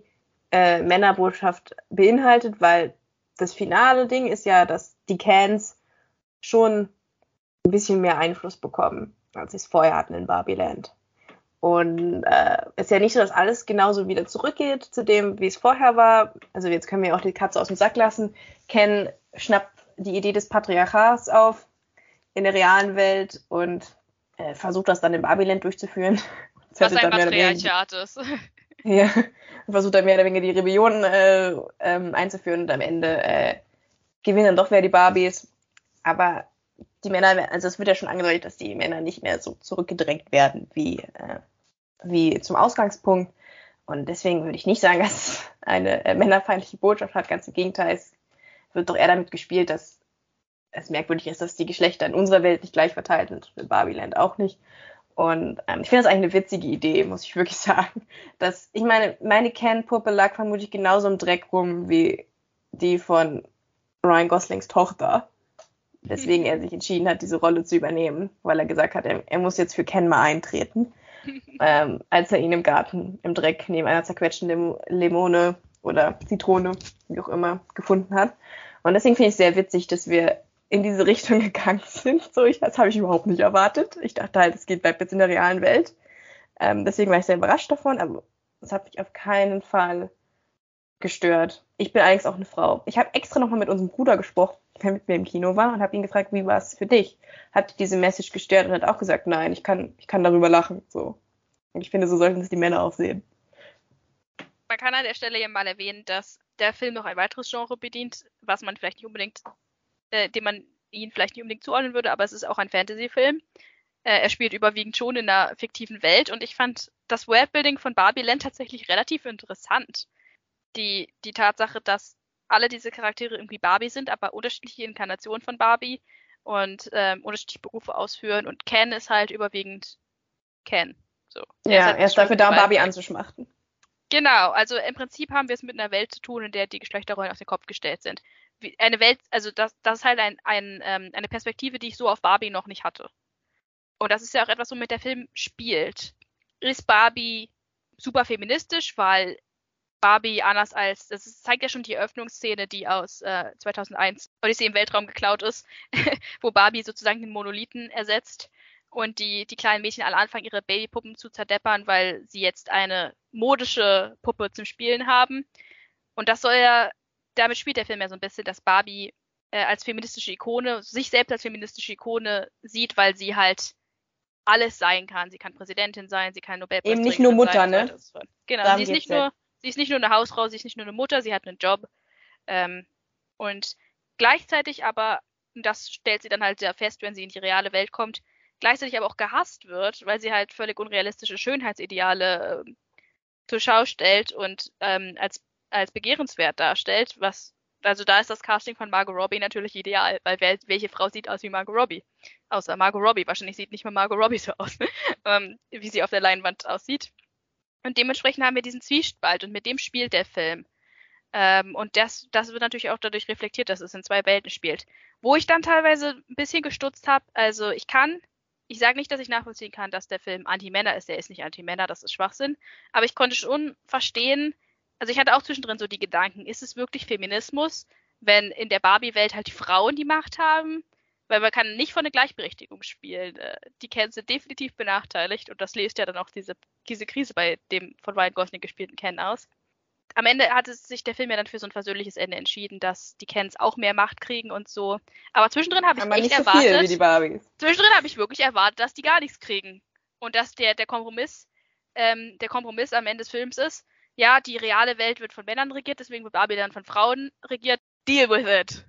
Anti-Männer-Botschaft beinhaltet, weil das finale Ding ist ja, dass die Cans schon ein bisschen mehr Einfluss bekommen, als sie es vorher hatten in Barbieland. Und äh, es ist ja nicht so, dass alles genauso wieder zurückgeht zu dem, wie es vorher war. Also jetzt können wir auch die Katze aus dem Sack lassen. Ken schnappt die Idee des Patriarchats auf in der realen Welt und äh, versucht das dann in Barbieland durchzuführen. Was ein Patriarchat ist. Ja, versucht dann mehr oder weniger die Rebellion äh, ähm, einzuführen und am Ende äh, gewinnen doch wieder die Barbies. Aber die Männer, also es wird ja schon angedeutet, dass die Männer nicht mehr so zurückgedrängt werden wie, äh, wie zum Ausgangspunkt. Und deswegen würde ich nicht sagen, dass es eine äh, männerfeindliche Botschaft hat. Ganz im Gegenteil, es wird doch eher damit gespielt, dass es merkwürdig ist, dass die Geschlechter in unserer Welt nicht gleich verteilt sind, in Barbieland auch nicht. Und ähm, ich finde das eigentlich eine witzige Idee, muss ich wirklich sagen. Dass, ich meine, meine Ken-Puppe lag vermutlich genauso im Dreck rum wie die von Ryan Goslings Tochter. Weswegen er sich entschieden hat, diese Rolle zu übernehmen, weil er gesagt hat, er, er muss jetzt für Ken mal eintreten, ähm, als er ihn im Garten im Dreck neben einer zerquetschten Limone oder Zitrone, wie auch immer, gefunden hat. Und deswegen finde ich es sehr witzig, dass wir in diese Richtung gegangen sind. So, ich, das habe ich überhaupt nicht erwartet. Ich dachte halt, es geht bleibt jetzt in der realen Welt. Ähm, deswegen war ich sehr überrascht davon, aber es hat mich auf keinen Fall gestört. Ich bin allerdings auch eine Frau. Ich habe extra nochmal mit unserem Bruder gesprochen, der mit mir im Kino war, und habe ihn gefragt, wie war es für dich? Hat diese Message gestört und hat auch gesagt, nein, ich kann, ich kann darüber lachen. So. Und ich finde, so sollten es die Männer auch sehen. Man kann an der Stelle ja mal erwähnen, dass der Film noch ein weiteres Genre bedient, was man vielleicht nicht unbedingt, äh, dem man ihn vielleicht nicht unbedingt zuordnen würde, aber es ist auch ein Fantasy-Film. Äh, er spielt überwiegend schon in einer fiktiven Welt und ich fand das Worldbuilding von Barbieland tatsächlich relativ interessant. Die, die Tatsache, dass alle diese Charaktere irgendwie Barbie sind, aber unterschiedliche Inkarnationen von Barbie und ähm, unterschiedliche Berufe ausführen. Und Ken ist halt überwiegend Ken. So. Ja, er ist, halt er ist dafür da, Ball- Barbie anzuschmachten. Genau, also im Prinzip haben wir es mit einer Welt zu tun, in der die Geschlechterrollen auf den Kopf gestellt sind. Wie, eine Welt, also das, das ist halt ein, ein, ähm, eine Perspektive, die ich so auf Barbie noch nicht hatte. Und das ist ja auch etwas, womit der Film spielt. Ist Barbie super feministisch, weil Barbie anders als, das ist, zeigt ja schon die Eröffnungsszene, die aus äh, zweitausendeins Odyssee im Weltraum geklaut ist, wo Barbie sozusagen den Monolithen ersetzt und die, die kleinen Mädchen alle anfangen, ihre Babypuppen zu zerdeppern, weil sie jetzt eine modische Puppe zum Spielen haben. Und das soll ja, damit spielt der Film ja so ein bisschen, dass Barbie äh, als feministische Ikone, sich selbst als feministische Ikone sieht, weil sie halt alles sein kann. Sie kann Präsidentin sein, sie kann Nobelpreisträgerin Eben nicht nur Mutter, sein, ne? So genau, Darum sie ist nicht geht's ja. nur Sie ist nicht nur eine Hausfrau, sie ist nicht nur eine Mutter, sie hat einen Job. Ähm, und gleichzeitig aber, und das stellt sie dann halt sehr fest, wenn sie in die reale Welt kommt, gleichzeitig aber auch gehasst wird, weil sie halt völlig unrealistische Schönheitsideale äh, zur Schau stellt und ähm, als, als begehrenswert darstellt, was, also da ist das Casting von Margot Robbie natürlich ideal, weil wer, welche Frau sieht aus wie Margot Robbie? Außer Margot Robbie, wahrscheinlich sieht nicht mal Margot Robbie so aus, ähm, wie sie auf der Leinwand aussieht. Und dementsprechend haben wir diesen Zwiespalt und mit dem spielt der Film. Ähm, und das, das wird natürlich auch dadurch reflektiert, dass es in zwei Welten spielt. Wo ich dann teilweise ein bisschen gestutzt habe, also ich kann, ich sage nicht, dass ich nachvollziehen kann, dass der Film Anti-Männer ist, der ist nicht Anti-Männer, das ist Schwachsinn, aber ich konnte schon verstehen, also ich hatte auch zwischendrin so die Gedanken, ist es wirklich Feminismus, wenn in der Barbie-Welt halt die Frauen die Macht haben? Weil man kann nicht von einer Gleichberechtigung spielen. Die Ken sind definitiv benachteiligt und das löst ja dann auch diese, diese Krise bei dem von Ryan Gosling gespielten Ken aus. Am Ende hat es sich der Film ja dann für so ein versöhnliches Ende entschieden, dass die Kens auch mehr Macht kriegen und so. Aber zwischendrin habe ich Aber echt nicht so erwartet, viel wie die Barbies. Zwischendrin habe ich wirklich erwartet, dass die gar nichts kriegen. Und dass der, der Kompromiss, ähm, der Kompromiss am Ende des Films ist, ja, die reale Welt wird von Männern regiert, deswegen wird Barbie dann von Frauen regiert. Deal with it.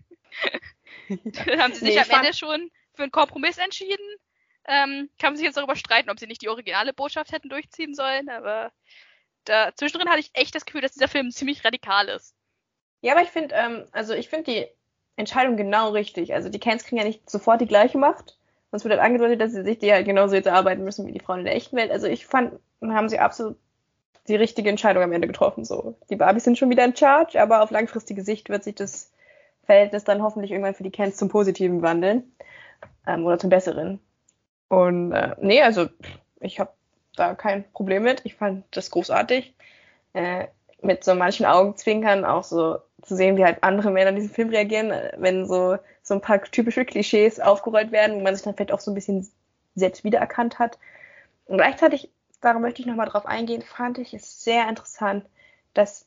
Dann haben sie sich Nee, am fand- Ende schon für einen Kompromiss entschieden. Ähm, kann man sich jetzt darüber streiten, ob sie nicht die originale Botschaft hätten durchziehen sollen, aber da, zwischendrin hatte ich echt das Gefühl, dass dieser Film ziemlich radikal ist. Ja, aber ich finde, ähm, also ich finde die Entscheidung genau richtig. Also die Kens kriegen ja nicht sofort die gleiche Macht. Sonst wird halt angedeutet, dass sie sich die halt genauso jetzt erarbeiten müssen wie die Frauen in der echten Welt. Also ich fand, dann haben sie absolut die richtige Entscheidung am Ende getroffen. So, die Barbies sind schon wieder in Charge, aber auf langfristige Sicht wird sich das Verhältnis dann hoffentlich irgendwann für die Kens zum Positiven wandeln. Ähm, oder zum Besseren. Und äh, nee, also ich habe da kein Problem mit. Ich fand das großartig. Äh, mit so manchen Augenzwinkern auch so zu sehen, wie halt andere Männer in diesem Film reagieren, wenn so, so ein paar typische Klischees aufgerollt werden, wo man sich dann vielleicht auch so ein bisschen selbst wiedererkannt hat. Und gleichzeitig, da möchte ich nochmal drauf eingehen, fand ich es sehr interessant, dass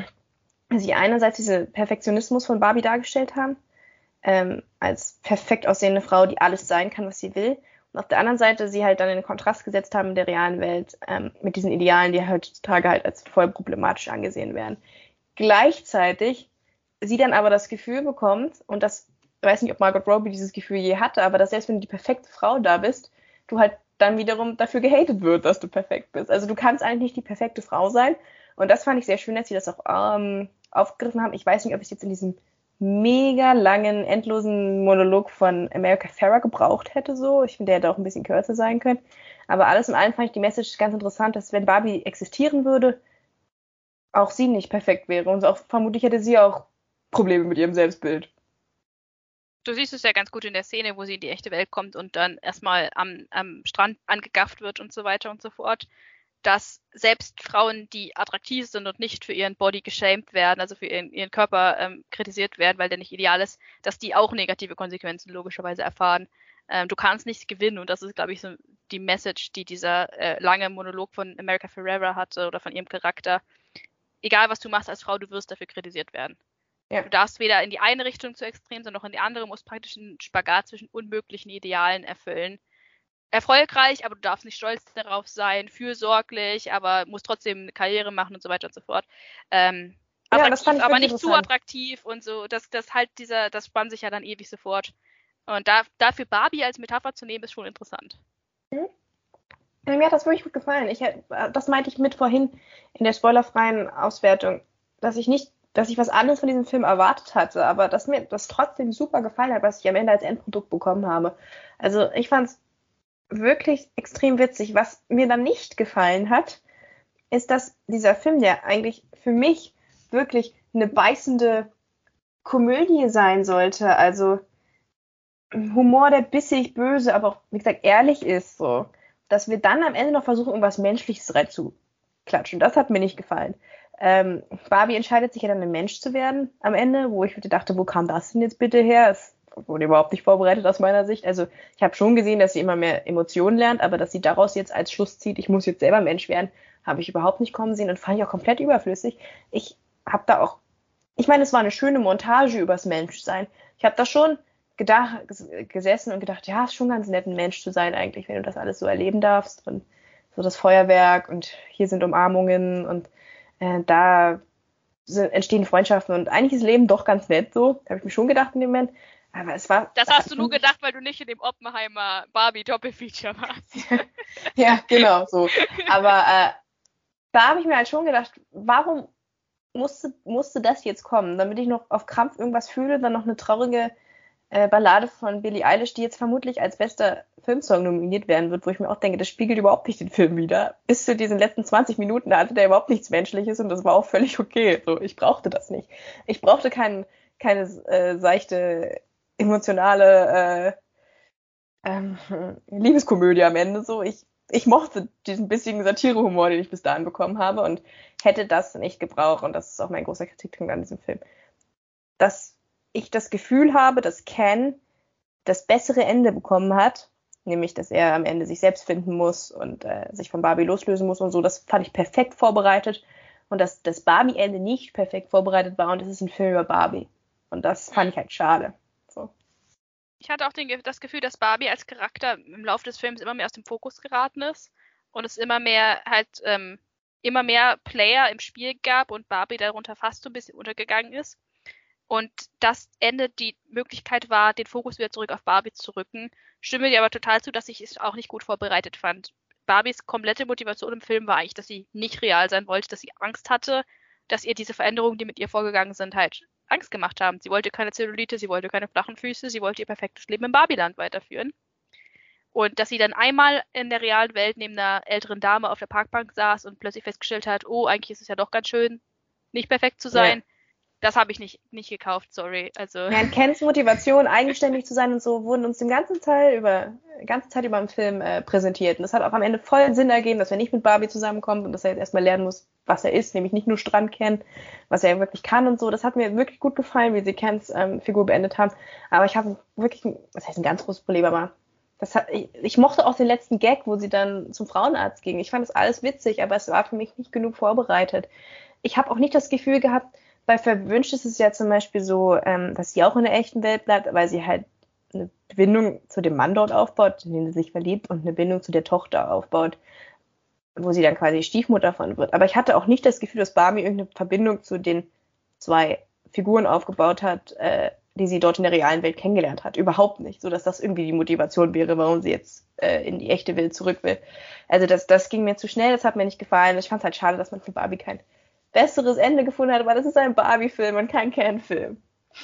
sie einerseits diesen Perfektionismus von Barbie dargestellt haben, ähm, als perfekt aussehende Frau, die alles sein kann, was sie will. Und auf der anderen Seite sie halt dann in den Kontrast gesetzt haben in der realen Welt ähm, mit diesen Idealen, die heutzutage halt als voll problematisch angesehen werden. Gleichzeitig sie dann aber das Gefühl bekommt, und das, ich weiß nicht, ob Margot Robbie dieses Gefühl je hatte, aber dass selbst wenn du die perfekte Frau da bist, du halt dann wiederum dafür gehatet wird, dass du perfekt bist. Also du kannst eigentlich nicht die perfekte Frau sein. Und das fand ich sehr schön, dass sie das auch ähm, aufgegriffen haben. Ich weiß nicht, ob ich es jetzt in diesem mega langen, endlosen Monolog von America Ferrera gebraucht hätte, so. Ich finde, der hätte auch ein bisschen kürzer sein können. Aber alles in allem fand ich die Message ganz interessant, dass wenn Barbie existieren würde, auch sie nicht perfekt wäre. Und auch vermutlich hätte sie auch Probleme mit ihrem Selbstbild. Du siehst es ja ganz gut in der Szene, wo sie in die echte Welt kommt und dann erstmal am, am Strand angegafft wird und so weiter und so fort, dass selbst Frauen, die attraktiv sind und nicht für ihren Body geschämt werden, also für ihren, ihren Körper ähm, kritisiert werden, weil der nicht ideal ist, dass die auch negative Konsequenzen logischerweise erfahren. Ähm, du kannst nicht gewinnen und das ist, glaube ich, so die Message, die dieser äh, lange Monolog von America Ferrera hatte oder von ihrem Charakter. Egal, was du machst als Frau, du wirst dafür kritisiert werden. Ja. Du darfst weder in die eine Richtung zu extrem, sondern auch in die andere, musst praktisch einen Spagat zwischen unmöglichen Idealen erfüllen. Erfolgreich, aber du darfst nicht stolz darauf sein, fürsorglich, aber musst trotzdem eine Karriere machen und so weiter und so fort. Ähm, ja, attraktiv, das fand ich aber nicht zu attraktiv und so. Das, das halt dieser, das spannt sich ja dann ewig sofort. Und da, dafür Barbie als Metapher zu nehmen, ist schon interessant. Mhm. Mir hat das wirklich gut gefallen. Ich, das meinte ich mit vorhin in der spoilerfreien Auswertung, dass ich nicht, dass ich was anderes von diesem Film erwartet hatte, aber dass mir das trotzdem super gefallen hat, was ich am Ende als Endprodukt bekommen habe. Also ich fand es wirklich extrem witzig. Was mir dann nicht gefallen hat, ist, dass dieser Film, der eigentlich für mich wirklich eine beißende Komödie sein sollte, also Humor, der bissig, böse, aber auch, wie gesagt, ehrlich ist, so, dass wir dann am Ende noch versuchen, irgendwas Menschliches reinzuklatschen. Das hat mir nicht gefallen. Ähm, Barbie entscheidet sich ja dann, ein Mensch zu werden am Ende, wo ich dachte, wo kam das denn jetzt bitte her? Es wurde überhaupt nicht vorbereitet aus meiner Sicht. Also ich habe schon gesehen, dass sie immer mehr Emotionen lernt, aber dass sie daraus jetzt als Schluss zieht, ich muss jetzt selber Mensch werden, habe ich überhaupt nicht kommen sehen und fand ich auch komplett überflüssig. Ich habe da auch, ich meine, es war eine schöne Montage übers Menschsein. Ich habe da schon gedacht, gesessen und gedacht, ja, ist schon ganz nett, ein Mensch zu sein eigentlich, wenn du das alles so erleben darfst und so das Feuerwerk und hier sind Umarmungen und äh, da entstehen Freundschaften und eigentlich ist Leben doch ganz nett so. Habe ich mir schon gedacht in dem Moment. Aber es war... Das hast du nur gedacht, weil du nicht in dem Oppenheimer Barbie-Doppelfeature warst. Ja, genau, so. Aber äh, da habe ich mir halt schon gedacht, warum musste, musste das jetzt kommen? Damit ich noch auf Krampf irgendwas fühle, dann noch eine traurige äh, Ballade von Billie Eilish, die jetzt vermutlich als bester Filmsong nominiert werden wird, wo ich mir auch denke, das spiegelt überhaupt nicht den Film wider. Bis zu diesen letzten zwanzig Minuten, da hatte der überhaupt nichts Menschliches und das war auch völlig okay. So, ich brauchte das nicht. Ich brauchte kein, keine äh, seichte, emotionale äh, ähm, Liebeskomödie am Ende. So, ich, ich mochte diesen bissigen Satirehumor, den ich bis dahin bekommen habe und hätte das nicht gebraucht. Und das ist auch mein großer Kritikpunkt an diesem Film. Dass ich das Gefühl habe, dass Ken das bessere Ende bekommen hat, nämlich, dass er am Ende sich selbst finden muss und äh, sich von Barbie loslösen muss und so. Das fand ich perfekt vorbereitet und dass das Barbie-Ende nicht perfekt vorbereitet war und es ist ein Film über Barbie. Und das fand ich halt schade. So. Ich hatte auch den, das Gefühl, dass Barbie als Charakter im Laufe des Films immer mehr aus dem Fokus geraten ist und es immer mehr halt ähm, immer mehr Player im Spiel gab und Barbie darunter fast so ein bisschen untergegangen ist. Und das Ende die Möglichkeit war, den Fokus wieder zurück auf Barbie zu rücken. Stimme dir aber total zu, dass ich es auch nicht gut vorbereitet fand. Barbies komplette Motivation im Film war eigentlich, dass sie nicht real sein wollte, dass sie Angst hatte, dass ihr diese Veränderungen, die mit ihr vorgegangen sind, halt Angst gemacht haben. Sie wollte keine Zellulite, sie wollte keine flachen Füße, sie wollte ihr perfektes Leben im Barbieland weiterführen. Und dass sie dann einmal in der realen Welt neben einer älteren Dame auf der Parkbank saß und plötzlich festgestellt hat, oh, eigentlich ist es ja doch ganz schön, nicht perfekt zu sein. Ja. Das habe ich nicht, nicht gekauft, sorry. Also. Ja, und Kens Motivation, eigenständig zu sein und so, wurden uns den ganzen Teil über, ganze Zeit über den Film äh, präsentiert. Und das hat auch am Ende voll Sinn ergeben, dass er nicht mit Barbie zusammenkommt und dass er jetzt erstmal lernen muss, was er ist, nämlich nicht nur Strand kennen, was er wirklich kann und so. Das hat mir wirklich gut gefallen, wie sie Kens ähm, Figur beendet haben. Aber ich habe wirklich, ein, das heißt ein ganz großes Problem, aber das hat, ich, ich mochte auch den letzten Gag, wo sie dann zum Frauenarzt ging. Ich fand das alles witzig, aber es war für mich nicht genug vorbereitet. Ich habe auch nicht das Gefühl gehabt, bei Verwünscht ist es ja zum Beispiel so, ähm, dass sie auch in der echten Welt bleibt, weil sie halt eine Bindung zu dem Mann dort aufbaut, in den sie sich verliebt, und eine Bindung zu der Tochter aufbaut, wo sie dann quasi Stiefmutter von wird. Aber ich hatte auch nicht das Gefühl, dass Barbie irgendeine Verbindung zu den zwei Figuren aufgebaut hat, äh, die sie dort in der realen Welt kennengelernt hat. Überhaupt nicht. So, dass das irgendwie die Motivation wäre, warum sie jetzt äh, in die echte Welt zurück will. Also das, das ging mir zu schnell, das hat mir nicht gefallen. Ich fand es halt schade, dass man für Barbie kein besseres Ende gefunden hat, aber das ist ein Barbie-Film und kein Ken-Film.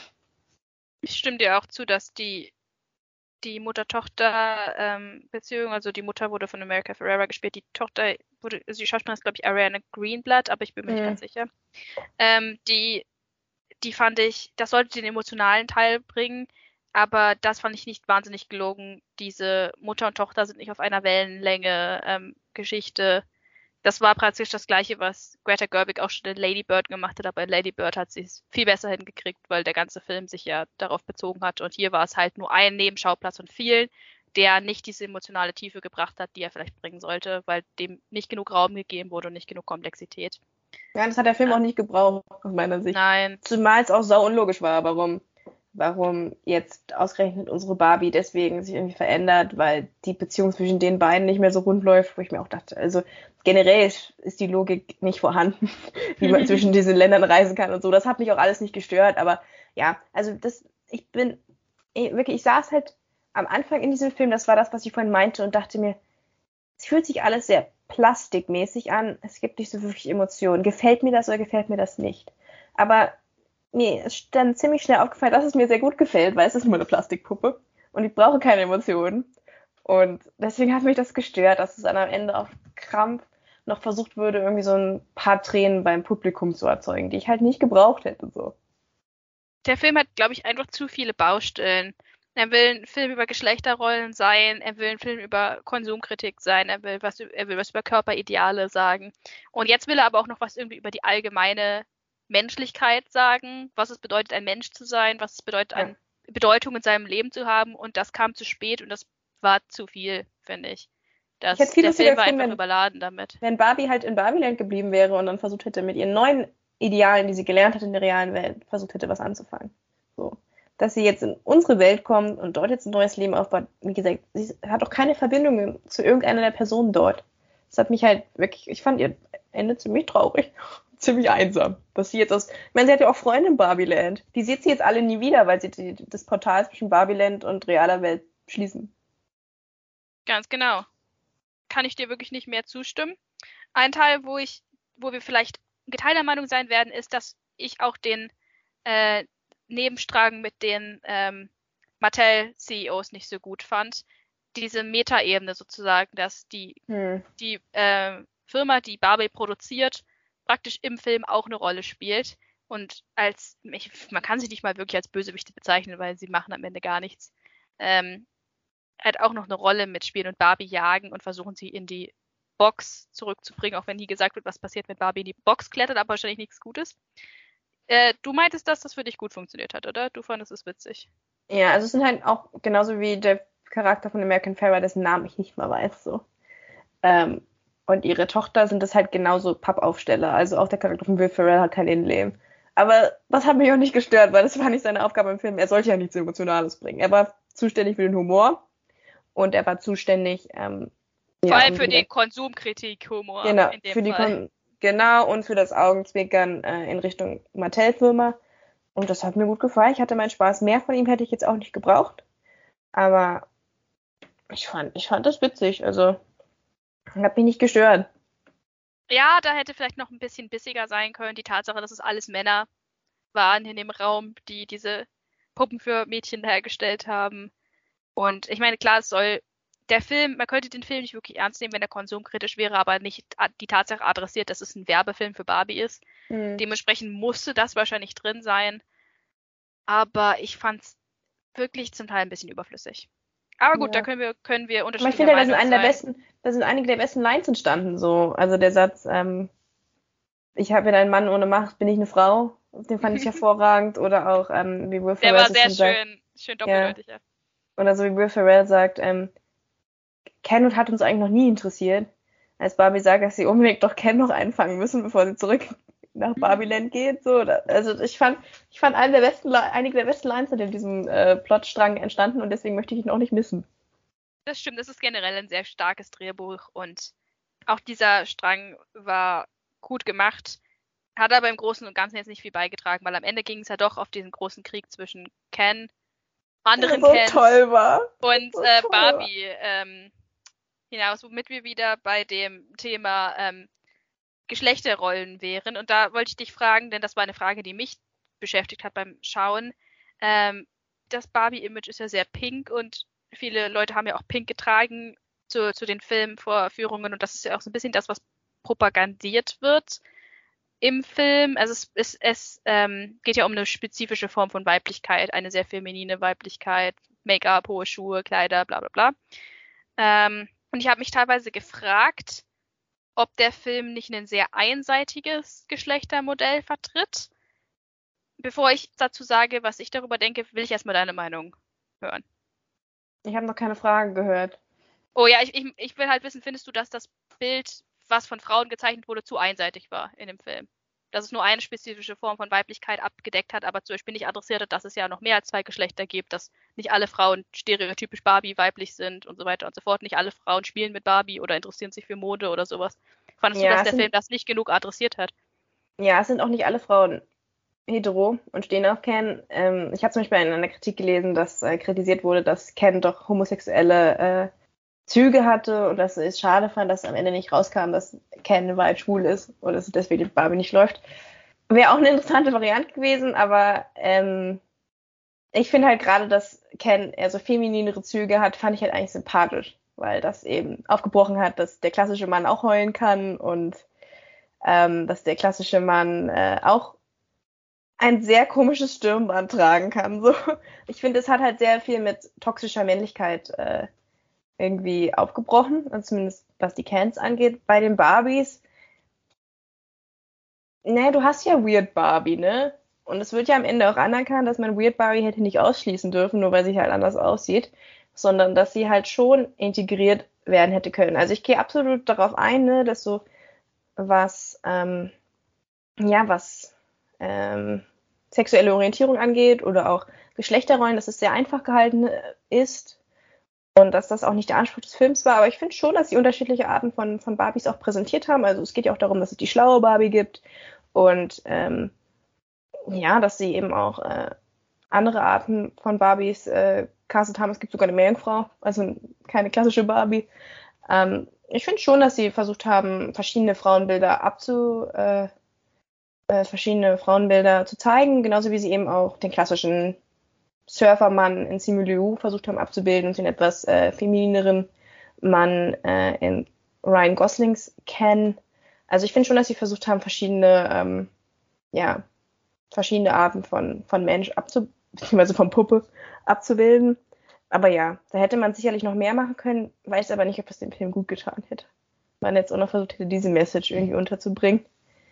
Ich stimme dir auch zu, dass die, die Mutter-Tochter-Beziehung, ähm, also die Mutter wurde von America Ferrera gespielt, die Tochter wurde, also die Schauspielerin ist, glaube ich, Ariana Greenblatt, aber ich bin mir mhm. nicht ganz sicher. Ähm, die, die fand ich, das sollte den emotionalen Teil bringen, aber das fand ich nicht wahnsinnig gelogen. Diese Mutter und Tochter sind nicht auf einer Wellenlänge ähm, Geschichte. Das war praktisch das Gleiche, was Greta Gerwig auch schon in Lady Bird gemacht hat, aber in Lady Bird hat sie es viel besser hingekriegt, weil der ganze Film sich ja darauf bezogen hat. Und hier war es halt nur ein Nebenschauplatz von vielen, der nicht diese emotionale Tiefe gebracht hat, die er vielleicht bringen sollte, weil dem nicht genug Raum gegeben wurde und nicht genug Komplexität. Ja, das hat der Film ja. auch nicht gebraucht, aus meiner Sicht. Nein. Zumal es auch sau unlogisch war, warum, warum jetzt ausgerechnet unsere Barbie deswegen sich irgendwie verändert, weil die Beziehung zwischen den beiden nicht mehr so rund läuft, wo ich mir auch dachte, also generell ist die Logik nicht vorhanden, wie man zwischen diesen Ländern reisen kann und so. Das hat mich auch alles nicht gestört, aber ja, also das, ich bin, wirklich, ich saß halt am Anfang in diesem Film, das war das, was ich vorhin meinte, und dachte mir, es fühlt sich alles sehr plastikmäßig an, es gibt nicht so wirklich Emotionen. Gefällt mir das oder gefällt mir das nicht? Aber mir ist dann ziemlich schnell aufgefallen, dass es mir sehr gut gefällt, weil es ist nur eine Plastikpuppe und ich brauche keine Emotionen. Und deswegen hat mich das gestört, dass es dann am Ende auf Krampf noch versucht würde, irgendwie so ein paar Tränen beim Publikum zu erzeugen, die ich halt nicht gebraucht hätte. So. Der Film hat, glaube ich, einfach zu viele Baustellen. Er will ein Film über Geschlechterrollen sein, er will ein Film über Konsumkritik sein, er will was, er will was über Körperideale sagen. Und jetzt will er aber auch noch was irgendwie über die allgemeine Menschlichkeit sagen, was es bedeutet, ein Mensch zu sein, was es bedeutet, eine Bedeutung in seinem Leben zu haben, und das kam zu spät und das war zu viel, finde ich. Das, ich der Film war gefunden, einfach wenn, überladen damit. Wenn Barbie halt in Barbieland geblieben wäre und dann versucht hätte, mit ihren neuen Idealen, die sie gelernt hat in der realen Welt, versucht hätte, was anzufangen. So. Dass sie jetzt in unsere Welt kommt und dort jetzt ein neues Leben aufbaut, wie gesagt, sie hat auch keine Verbindungen zu irgendeiner der Personen dort. Das hat mich halt wirklich, ich fand ihr Ende ziemlich traurig. ziemlich einsam. Dass sie jetzt aus, ich meine, sie hat ja auch Freunde in Barbieland. Die sieht sie jetzt alle nie wieder, weil sie die, das Portal zwischen Barbieland und realer Welt schließen. Ganz genau. Kann ich dir wirklich nicht mehr zustimmen. Ein Teil, wo ich, wo wir vielleicht geteilter Meinung sein werden, ist, dass ich auch den äh, Nebenstrang mit den ähm, Mattel-C E Os nicht so gut fand. Diese Metaebene sozusagen, dass die, hm. die äh, Firma, die Barbie produziert, praktisch im Film auch eine Rolle spielt. Und als, ich, man kann sie nicht mal wirklich als Bösewichte bezeichnen, weil sie machen am Ende gar nichts. Ähm, halt auch noch eine Rolle mitspielen und Barbie jagen und versuchen sie in die Box zurückzubringen, auch wenn nie gesagt wird, was passiert, wenn Barbie in die Box klettert, aber wahrscheinlich nichts Gutes. Äh, du meintest, dass das für dich gut funktioniert hat, oder? Du fandest es witzig. Ja, also es sind halt auch genauso wie der Charakter von American Pharrell, dessen Namen ich nicht mal weiß, so. Ähm, und ihre Tochter sind das halt genauso Pappaufsteller. Also auch der Charakter von Will Ferrell hat kein Innenleben. Aber das hat mich auch nicht gestört, weil das war nicht seine Aufgabe im Film. Er sollte ja nichts Emotionales bringen. Er war zuständig für den Humor und er war zuständig ähm, vor ja, allem um für die Konsumkritik-Humor. Genau, in dem für die Fall. Kon- genau und für das Augenzwinkern äh, in Richtung Mattel-Firma. Und das hat mir gut gefallen. Ich hatte meinen Spaß. Mehr von ihm hätte ich jetzt auch nicht gebraucht. Aber ich fand, ich fand das witzig. Also, hat mich nicht gestört. Ja, da hätte vielleicht noch ein bisschen bissiger sein können. Die Tatsache, dass es alles Männer waren in dem Raum, die diese Puppen für Mädchen hergestellt haben. Und ich meine, klar, es soll der Film, man könnte den Film nicht wirklich ernst nehmen, wenn er konsumkritisch wäre, aber nicht die Tatsache adressiert, dass es ein Werbefilm für Barbie ist. Mhm. Dementsprechend musste das wahrscheinlich drin sein. Aber ich fand es wirklich zum Teil ein bisschen überflüssig. Aber gut, ja. da können wir, können wir unterschiedliche Aber ich finde, da sind, eine der besten, da sind einige der besten Lines entstanden. So. Also der Satz, ähm, ich habe ja einen Mann ohne Macht, bin ich eine Frau. Den fand ich hervorragend. Oder auch, ähm, wie Will Ferrell Der war sehr schön, sagt, schön doppeldeutig, ja. ja. Oder so wie Will Ferrell sagt, ähm, Ken hat uns eigentlich noch nie interessiert. Als Barbie sagt, dass sie unbedingt doch Ken noch einfangen müssen, bevor sie zurück nach Barbieland geht. So. Also ich fand, ich fand eine der besten, einige der besten Lines sind in diesem äh, Plotstrang entstanden und deswegen möchte ich ihn auch nicht missen. Das stimmt, das ist generell ein sehr starkes Drehbuch und auch dieser Strang war gut gemacht, hat aber im Großen und Ganzen jetzt nicht viel beigetragen, weil am Ende ging es ja doch auf diesen großen Krieg zwischen Ken, anderen so Kens toll war. und so äh, toll Barbie ähm, hinaus, womit wir wieder bei dem Thema ähm, Geschlechterrollen wären. Und da wollte ich dich fragen, denn das war eine Frage, die mich beschäftigt hat beim Schauen. Ähm, das Barbie-Image ist ja sehr pink und viele Leute haben ja auch pink getragen zu, zu den Filmvorführungen und das ist ja auch so ein bisschen das, was propagandiert wird im Film. Also es, es, es ähm, geht ja um eine spezifische Form von Weiblichkeit, eine sehr feminine Weiblichkeit, Make-up, hohe Schuhe, Kleider, bla bla bla. Ähm, und ich habe mich teilweise gefragt, ob der Film nicht ein sehr einseitiges Geschlechtermodell vertritt. Bevor ich dazu sage, was ich darüber denke, will ich erstmal deine Meinung hören. Ich habe noch keine Fragen gehört. Oh ja, ich, ich, ich will halt wissen, findest du, dass das Bild, was von Frauen gezeichnet wurde, zu einseitig war in dem Film? Dass es nur eine spezifische Form von Weiblichkeit abgedeckt hat, aber zum Beispiel nicht adressiert hat, dass es ja noch mehr als zwei Geschlechter gibt, dass nicht alle Frauen stereotypisch Barbie weiblich sind und so weiter und so fort. Nicht alle Frauen spielen mit Barbie oder interessieren sich für Mode oder sowas. Fandest ja, du, dass der sind, Film das nicht genug adressiert hat? Ja, es sind auch nicht alle Frauen hetero und stehen auf Ken. Ähm, ich habe zum Beispiel in einer Kritik gelesen, dass äh, kritisiert wurde, dass Ken doch homosexuelle äh, Züge hatte und dass es schade fand, dass am Ende nicht rauskam, dass Ken weit schwul ist oder dass deswegen Barbie nicht läuft. Wäre auch eine interessante Variante gewesen, aber ähm, ich finde halt gerade, dass Ken eher so femininere Züge hat, fand ich halt eigentlich sympathisch, weil das eben aufgebrochen hat, dass der klassische Mann auch heulen kann und ähm, dass der klassische Mann äh, auch ein sehr komisches Stirnband tragen kann. So. Ich finde, es hat halt sehr viel mit toxischer Männlichkeit äh, irgendwie aufgebrochen, und zumindest was die Kens angeht. Bei den Barbies, naja, du hast ja Weird Barbie, ne? Und es wird ja am Ende auch anerkannt, dass man Weird Barbie hätte nicht ausschließen dürfen, nur weil sie halt anders aussieht, sondern dass sie halt schon integriert werden hätte können. Also ich gehe absolut darauf ein, ne, dass so was, ähm, ja, was ähm, sexuelle Orientierung angeht oder auch Geschlechterrollen, dass es sehr einfach gehalten ist und dass das auch nicht der Anspruch des Films war. Aber ich finde schon, dass sie unterschiedliche Arten von, von Barbies auch präsentiert haben. Also es geht ja auch darum, dass es die schlaue Barbie gibt Und ähm, ja, dass sie eben auch äh, andere Arten von Barbies äh, castet haben. Es gibt sogar eine Meerjungfrau, also keine klassische Barbie. Ähm, ich finde schon, dass sie versucht haben, verschiedene Frauenbilder abzu, äh, äh, verschiedene Frauenbilder zu zeigen, genauso wie sie eben auch den klassischen Surfermann in Simu Liu versucht haben abzubilden und den etwas äh, feminineren Mann äh, in Ryan Goslings Ken. Also ich finde schon, dass sie versucht haben, verschiedene, ähm, ja, verschiedene Arten von, von Mensch abzubilden, beziehungsweise von Puppe abzubilden. Aber ja, da hätte man sicherlich noch mehr machen können, weiß aber nicht, ob das dem Film gut getan hätte. Man jetzt auch noch versucht hätte, diese Message irgendwie unterzubringen.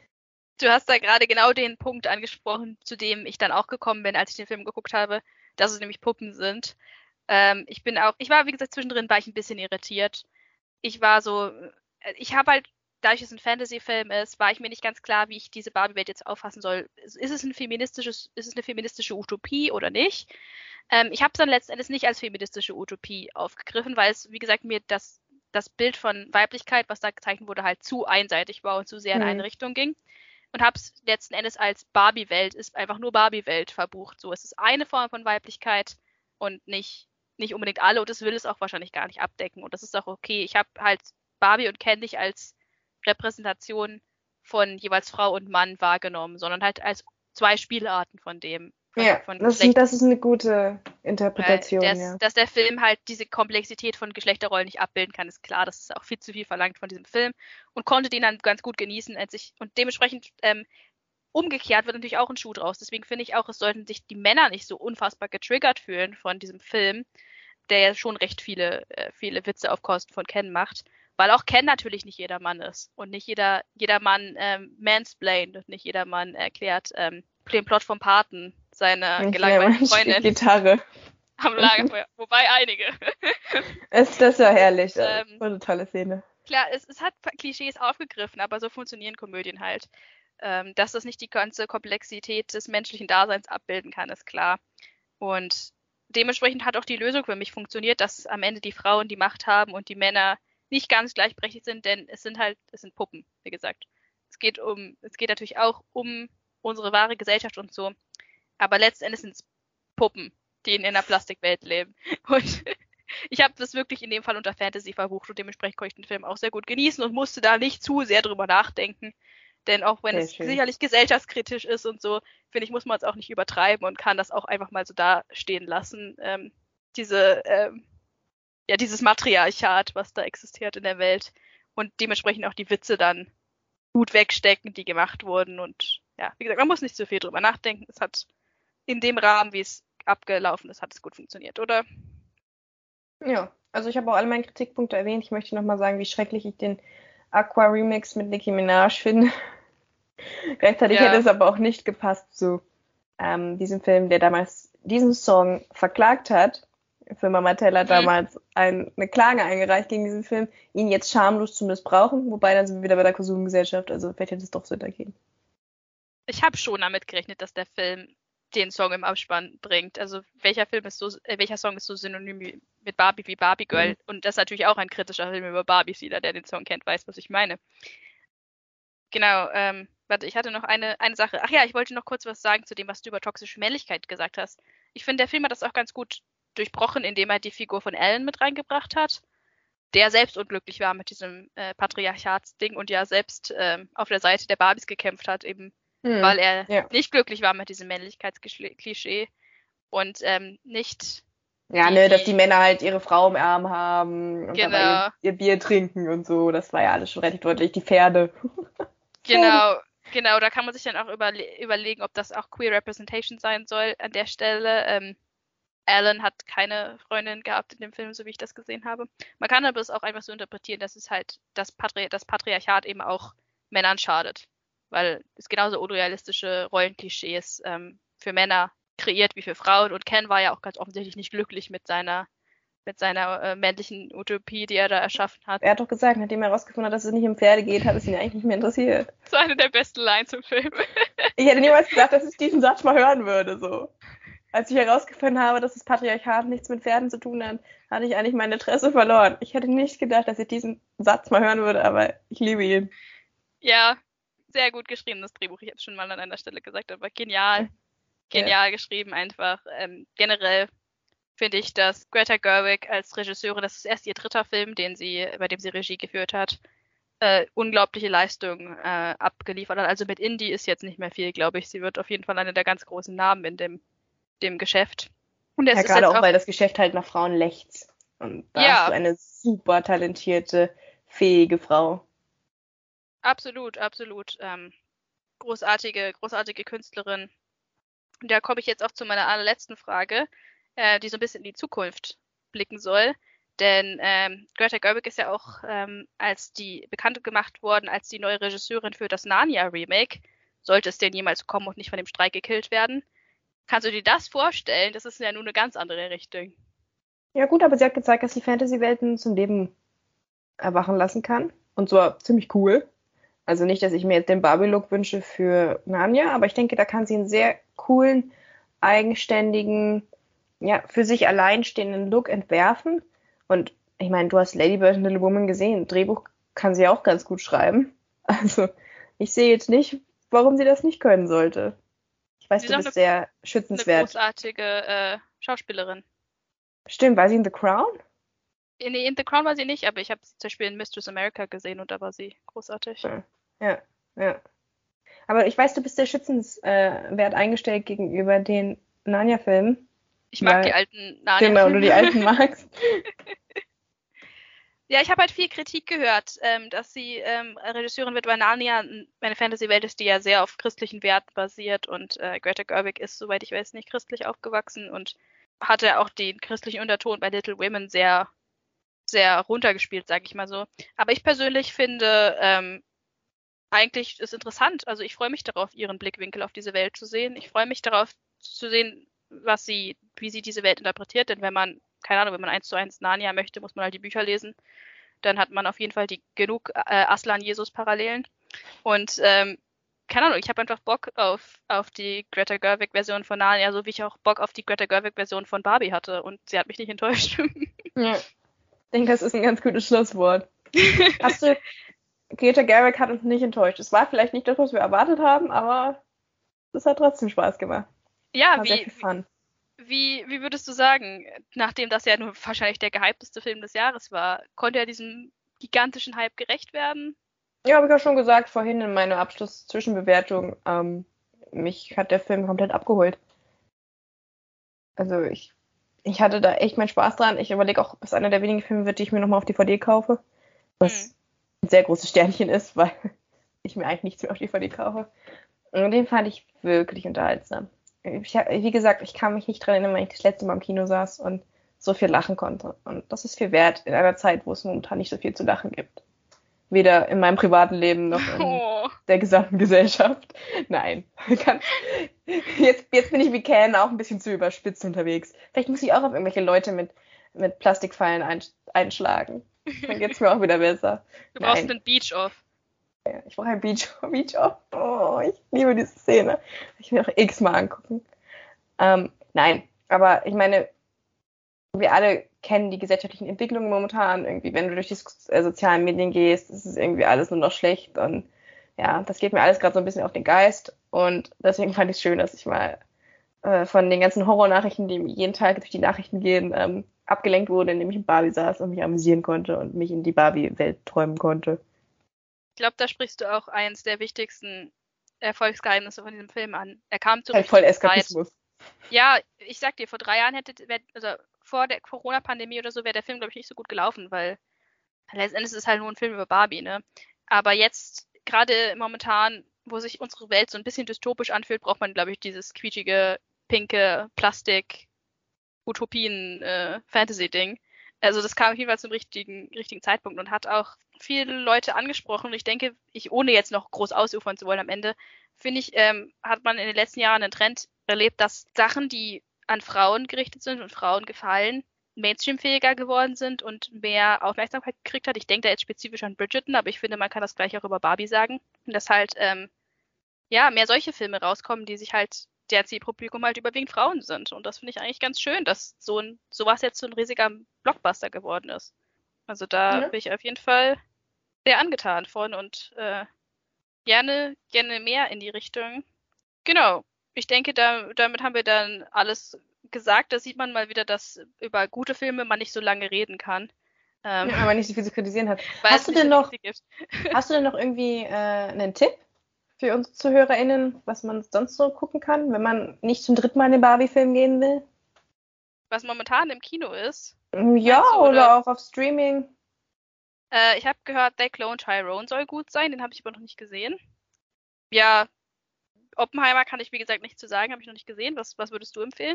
Du hast da gerade genau den Punkt angesprochen, zu dem ich dann auch gekommen bin, als ich den Film geguckt habe, dass es nämlich Puppen sind. Ähm, ich bin auch, ich war, wie gesagt, zwischendrin war ich ein bisschen irritiert. Ich war so, ich habe halt, dadurch, dass es ein Fantasy-Film ist, war ich mir nicht ganz klar, wie ich diese Barbie-Welt jetzt auffassen soll. Ist es ein feministisches, ist es eine feministische Utopie oder nicht? Ähm, ich habe es dann letzten Endes nicht als feministische Utopie aufgegriffen, weil es, wie gesagt, mir das, das Bild von Weiblichkeit, was da gezeichnet wurde, halt zu einseitig war und zu sehr in Mhm. eine Richtung ging. Und habe es letzten Endes als Barbie-Welt, ist einfach nur Barbie-Welt verbucht. So, es ist eine Form von Weiblichkeit und nicht, nicht unbedingt alle. Und das will es auch wahrscheinlich gar nicht abdecken. Und das ist auch okay. Ich habe halt Barbie und Ken nicht als Repräsentation von jeweils Frau und Mann wahrgenommen, sondern halt als zwei Spielarten von dem. Von, Ja, von das, ist, das ist eine gute Interpretation, dass, ja. dass der Film halt diese Komplexität von Geschlechterrollen nicht abbilden kann, ist klar. Das ist auch viel zu viel verlangt von diesem Film und konnte den dann ganz gut genießen. Als ich, und dementsprechend ähm, umgekehrt wird natürlich auch ein Schuh draus. Deswegen finde ich auch, es sollten sich die Männer nicht so unfassbar getriggert fühlen von diesem Film, der ja schon recht viele, äh, viele Witze auf Kosten von Ken macht. Weil auch Ken natürlich nicht jeder Mann ist und nicht jeder, jeder Mann ähm, mansplained und nicht jeder Mann erklärt ähm, den Plot vom Paten seiner gelangweilten Freundin Gitarre am Lagerfeuer. Wobei einige. Es, das war herrlich. Und, Das ähm, war eine tolle Szene. Klar, es, es hat Klischees aufgegriffen, aber so funktionieren Komödien halt. Ähm, dass das nicht die ganze Komplexität des menschlichen Daseins abbilden kann, ist klar. Und dementsprechend hat auch die Lösung für mich funktioniert, dass am Ende die Frauen die Macht haben und die Männer nicht ganz gleichberechtigt sind, denn es sind halt, es sind Puppen, wie gesagt. Es geht um, es geht natürlich auch um unsere wahre Gesellschaft und so. Aber letztendlich sind es Puppen, die in einer Plastikwelt leben. Und ich habe das wirklich in dem Fall unter Fantasy verbucht und dementsprechend konnte ich den Film auch sehr gut genießen und musste da nicht zu sehr drüber nachdenken. Denn auch wenn Sehr es schön. sicherlich gesellschaftskritisch ist und so, finde ich, muss man es auch nicht übertreiben und kann das auch einfach mal so dastehen lassen. Ähm, diese, ähm, ja, dieses Matriarchat, was da existiert in der Welt und dementsprechend auch die Witze dann gut wegstecken, die gemacht wurden. Und ja, wie gesagt, man muss nicht so viel drüber nachdenken. Es hat in dem Rahmen, wie es abgelaufen ist, hat es gut funktioniert, oder? Ja, also ich habe auch alle meine Kritikpunkte erwähnt. Ich möchte nochmal sagen, wie schrecklich ich den Aqua-Remix mit Nicki Minaj finde. Gleichzeitig Ja. hätte es aber auch nicht gepasst zu ähm, diesem Film, der damals diesen Song verklagt hat. Für Mama Taylor Mhm. damals ein, eine Klage eingereicht gegen diesen Film, ihn jetzt schamlos zu missbrauchen. Wobei, dann sind wir wieder bei der Konsumgesellschaft. Also vielleicht hätte es doch so hintergehen. Ich habe schon damit gerechnet, dass der Film den Song im Abspann bringt. Also welcher Film ist so, äh, welcher Song ist so synonym wie- mit Barbie wie Barbie Girl? Mhm. Und das ist natürlich auch ein kritischer Film über Barbies. Jeder, der den Song kennt, weiß, was ich meine. Genau, ähm, warte, ich hatte noch eine, eine Sache. Ach ja, ich wollte noch kurz was sagen zu dem, was du über toxische Männlichkeit gesagt hast. Ich finde, der Film hat das auch ganz gut durchbrochen, indem er die Figur von Alan mit reingebracht hat, der selbst unglücklich war mit diesem äh, Patriarchatsding und ja selbst ähm, auf der Seite der Barbies gekämpft hat, eben Hm. weil er Ja. nicht glücklich war mit diesem Männlichkeitsklischee und ähm, nicht Ja, die, ne, dass die- die Männer halt ihre Frau im Arm haben und Genau. dabei ihr, ihr Bier trinken und so. Das war ja alles schon relativ deutlich. Die Pferde. Genau, genau, da kann man sich dann auch überle überlegen, ob das auch Queer Representation sein soll an der Stelle. Ähm, Alan hat keine Freundin gehabt in dem Film, so wie ich das gesehen habe. Man kann aber es auch einfach so interpretieren, dass es halt das, Patri das Patriarchat eben auch Männern schadet, weil es genauso unrealistische Rollenklischees ähm, für Männer kreiert wie für Frauen. Und Ken war ja auch ganz offensichtlich nicht glücklich mit seiner mit seiner äh, männlichen Utopie, die er da erschaffen hat. Er hat doch gesagt, nachdem er herausgefunden hat, dass es nicht um Pferde geht, hat es ihn eigentlich nicht mehr interessiert. Das war eine der besten Lines im Film. Ich hätte niemals gedacht, dass ich diesen Satz mal hören würde, so. Als ich herausgefunden habe, dass das Patriarchat nichts mit Pferden zu tun hat, hatte ich eigentlich mein Interesse verloren. Ich hätte nicht gedacht, dass ich diesen Satz mal hören würde, aber ich liebe ihn. Ja, sehr gut geschriebenes Drehbuch. Ich habe es schon mal an einer Stelle gesagt, aber genial. Genial ja. geschrieben einfach. Ähm, generell finde ich, dass Greta Gerwig als Regisseurin, das ist erst ihr dritter Film, den sie, bei dem sie Regie geführt hat, äh, unglaubliche Leistung äh, abgeliefert hat. Also mit Indie ist jetzt nicht mehr viel, glaube ich. Sie wird auf jeden Fall eine der ganz großen Namen in dem, dem Geschäft. Und das ja, ist gerade auch, auch, weil das Geschäft halt nach Frauen lechzt. Und da ja. hast du eine super talentierte, fähige Frau. Absolut, absolut. Ähm, großartige, großartige Künstlerin. Und da komme ich jetzt auch zu meiner allerletzten Frage, äh, die so ein bisschen in die Zukunft blicken soll. Denn ähm, Greta Gerwig ist ja auch ähm, als die bekannt gemacht worden als die neue Regisseurin für das Narnia-Remake. Sollte es denn jemals kommen und nicht von dem Streik gekillt werden? Kannst du dir das vorstellen? Das ist ja nun eine ganz andere Richtung. Ja gut, aber sie hat gezeigt, dass sie Fantasy-Welten zum Leben erwachen lassen kann. Und zwar ziemlich cool. Also nicht, dass ich mir jetzt den Barbie-Look wünsche für Narnia, aber ich denke, da kann sie einen sehr coolen, eigenständigen, ja, für sich alleinstehenden Look entwerfen. Und ich meine, du hast Lady Bird and Little Woman gesehen. Drehbuch kann sie auch ganz gut schreiben. Also ich sehe jetzt nicht, warum sie das nicht können sollte. Ich weiß, sie du bist eine, sehr schützenswert. Eine großartige äh, Schauspielerin. Stimmt, war sie in The Crown? Nee, in The Crown war sie nicht, aber ich habe sie zum Beispiel in Mistress America gesehen und da war sie großartig. Ja, ja. ja. Aber ich weiß, du bist sehr schützenswert eingestellt gegenüber den Narnia-Filmen. Ich mag ja, die alten Narnia-Filme. Genau, du die alten magst. Ja, ich habe halt viel Kritik gehört, ähm, dass sie ähm, Regisseurin wird, weil Narnia eine Fantasy-Welt ist, die ja sehr auf christlichen Werten basiert und äh, Greta Gerwig ist, soweit ich weiß, nicht christlich aufgewachsen und hatte auch den christlichen Unterton bei Little Women sehr, sehr runtergespielt, sage ich mal so. Aber ich persönlich finde, ähm, eigentlich ist interessant. Also ich freue mich darauf, ihren Blickwinkel auf diese Welt zu sehen. Ich freue mich darauf zu sehen, was sie, wie sie diese Welt interpretiert. Denn wenn man, keine Ahnung, wenn man eins zu eins Narnia möchte, muss man halt die Bücher lesen. Dann hat man auf jeden Fall die genug äh, Aslan-Jesus-Parallelen. Und ähm, keine Ahnung, ich habe einfach Bock auf, auf die Greta Gerwig-Version von Narnia, so wie ich auch Bock auf die Greta Gerwig-Version von Barbie hatte. Und sie hat mich nicht enttäuscht. Ja, ich denke, das ist ein ganz gutes Schlusswort. Hast du... Greta Gerwig hat uns nicht enttäuscht. Es war vielleicht nicht das, was wir erwartet haben, aber es hat trotzdem Spaß gemacht. Ja, war wie, sehr viel Fun. Wie, wie würdest du sagen, nachdem das ja nur wahrscheinlich der gehypteste Film des Jahres war, konnte er diesem gigantischen Hype gerecht werden? Ja, habe ich ja schon gesagt vorhin in meiner Abschluss-Zwischenbewertung. Ähm, mich hat der Film komplett abgeholt. Also ich, ich hatte da echt meinen Spaß dran. Ich überlege auch, ob es einer der wenigen Filme wird, die ich mir nochmal auf D V D kaufe. Was hm. ein sehr großes Sternchen ist, weil ich mir eigentlich nichts mehr auf D V D kaufe. Und den fand ich wirklich unterhaltsam. Ich, wie gesagt, ich kann mich nicht dran erinnern, wenn ich das letzte Mal im Kino saß und so viel lachen konnte. Und das ist viel wert in einer Zeit, wo es momentan nicht so viel zu lachen gibt. Weder in meinem privaten Leben noch in oh. der gesamten Gesellschaft. Nein. Jetzt, jetzt bin ich wie Ken auch ein bisschen zu überspitzt unterwegs. Vielleicht muss ich auch auf irgendwelche Leute mit, mit Plastikpfeilen einschlagen. Dann geht's mir auch wieder besser. Du brauchst Nein. einen Beach-Off. Ja, ich brauche ein Beach-Off. Beach oh, ich liebe diese Szene. Ich will auch x-mal angucken. Ähm, nein, aber ich meine, wir alle kennen die gesellschaftlichen Entwicklungen momentan. Irgendwie, wenn du durch die äh, sozialen Medien gehst, ist es irgendwie alles nur noch schlecht. Und ja, das geht mir alles gerade so ein bisschen auf den Geist. Und deswegen fand ich es schön, dass ich mal äh, von den ganzen Horrornachrichten, die jeden Tag durch die Nachrichten gehen, ähm, abgelenkt wurde, indem ich in Barbie saß und mich amüsieren konnte und mich in die Barbie-Welt träumen konnte. Ich glaube, da sprichst du auch eins der wichtigsten Erfolgsgeheimnisse von diesem Film an. Er kam zur halt voll Eskapismus. Zeit. Ja, ich sag dir, vor drei Jahren hätte, also vor der Corona-Pandemie oder so, wäre der Film, glaube ich, nicht so gut gelaufen, weil letztendlich ist es halt nur ein Film über Barbie, ne? Aber jetzt, gerade momentan, wo sich unsere Welt so ein bisschen dystopisch anfühlt, braucht man, glaube ich, dieses quietschige, pinke Plastik Utopien-Fantasy-Ding. Also das kam auf jeden Fall zum richtigen, richtigen Zeitpunkt und hat auch viele Leute angesprochen. Und ich denke, ich ohne jetzt noch groß ausufern zu wollen am Ende, finde ich, ähm, hat man in den letzten Jahren einen Trend erlebt, dass Sachen, die an Frauen gerichtet sind und Frauen gefallen, mainstreamfähiger geworden sind und mehr Aufmerksamkeit gekriegt hat. Ich denke da jetzt spezifisch an Bridgerton, aber ich finde, man kann das gleich auch über Barbie sagen. Und dass halt, ähm, ja, mehr solche Filme rauskommen, die sich halt der Zielpublikum halt überwiegend Frauen sind. Und das finde ich eigentlich ganz schön, dass so ein sowas jetzt so ein riesiger Blockbuster geworden ist. Also da ja. bin ich auf jeden Fall sehr angetan von und äh, Gerne, gerne mehr in die Richtung. Genau. Ich denke, da, damit haben wir dann alles gesagt. Da sieht man mal wieder, dass über gute Filme man nicht so lange reden kann. Ähm, ja, aber nicht so viel zu kritisieren hat. Weil hast, es du nicht denn so noch, viel gibt. hast du denn noch irgendwie äh, einen Tipp für unsere ZuhörerInnen, was man sonst so gucken kann, wenn man nicht zum dritten Mal in den Barbie-Film gehen will? Was momentan im Kino ist? Ja, du, oder, oder auch auf Streaming. Äh, ich habe gehört, They Clone Tyrone soll gut sein. Den habe ich aber noch nicht gesehen. Ja, Oppenheimer kann ich, wie gesagt, nichts zu sagen. Habe ich noch nicht gesehen. Was, was würdest du empfehlen?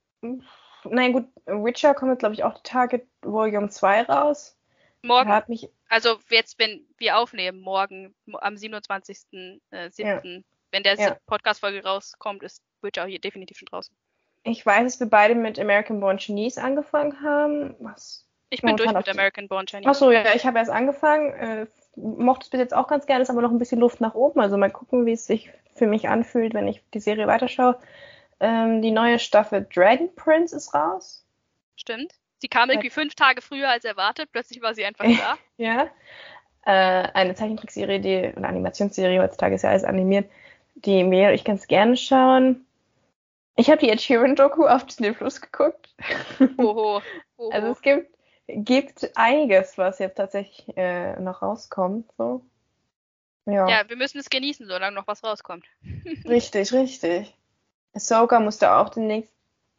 Nein, gut, Witcher kommt jetzt, glaube ich, auch die Tage Volume zwei raus. Morgen? Hat mich... Also jetzt, wenn wir aufnehmen, morgen am siebenundzwanzigsten siebten Ja. Wenn der ja. Podcast-Folge rauskommt, ist Witcher hier definitiv schon draußen. Ich weiß, dass wir beide mit American Born Chinese angefangen haben. Was ich bin durch mit American Born Chinese. Achso, ja, ich habe erst angefangen. Äh, mochte es bis jetzt auch ganz gerne, ist aber noch ein bisschen Luft nach oben. Also mal gucken, wie es sich für mich anfühlt, wenn ich die Serie weiterschaue. Ähm, die neue Staffel Dragon Prince ist raus. Stimmt. Sie kam irgendwie fünf Tage früher als erwartet. Plötzlich war sie einfach da. Ja. Äh, eine Zeichentrickserie, die, eine Animationsserie, heutzutage ist ja alles animiert, die mir ich ganz gerne schauen. Ich habe die Ed Sheeran-Doku auf Disney Plus geguckt. Oho. Oho. Also es gibt, gibt einiges, was jetzt tatsächlich äh, noch rauskommt. So. Ja. ja, wir müssen es genießen, solange noch was rauskommt. Richtig, richtig. Ahsoka musste auch demnächst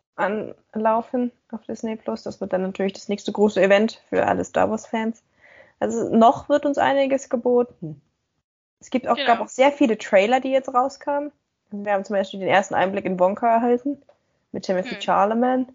anlaufen auf Disney Plus. Das wird dann natürlich das nächste große Event für alle Star Wars-Fans. Also noch wird uns einiges geboten. Es gibt auch, genau. gab auch sehr viele Trailer, die jetzt rauskamen. Wir haben zum Beispiel den ersten Einblick in Wonka erhalten mit Timothy hm. Chalamet.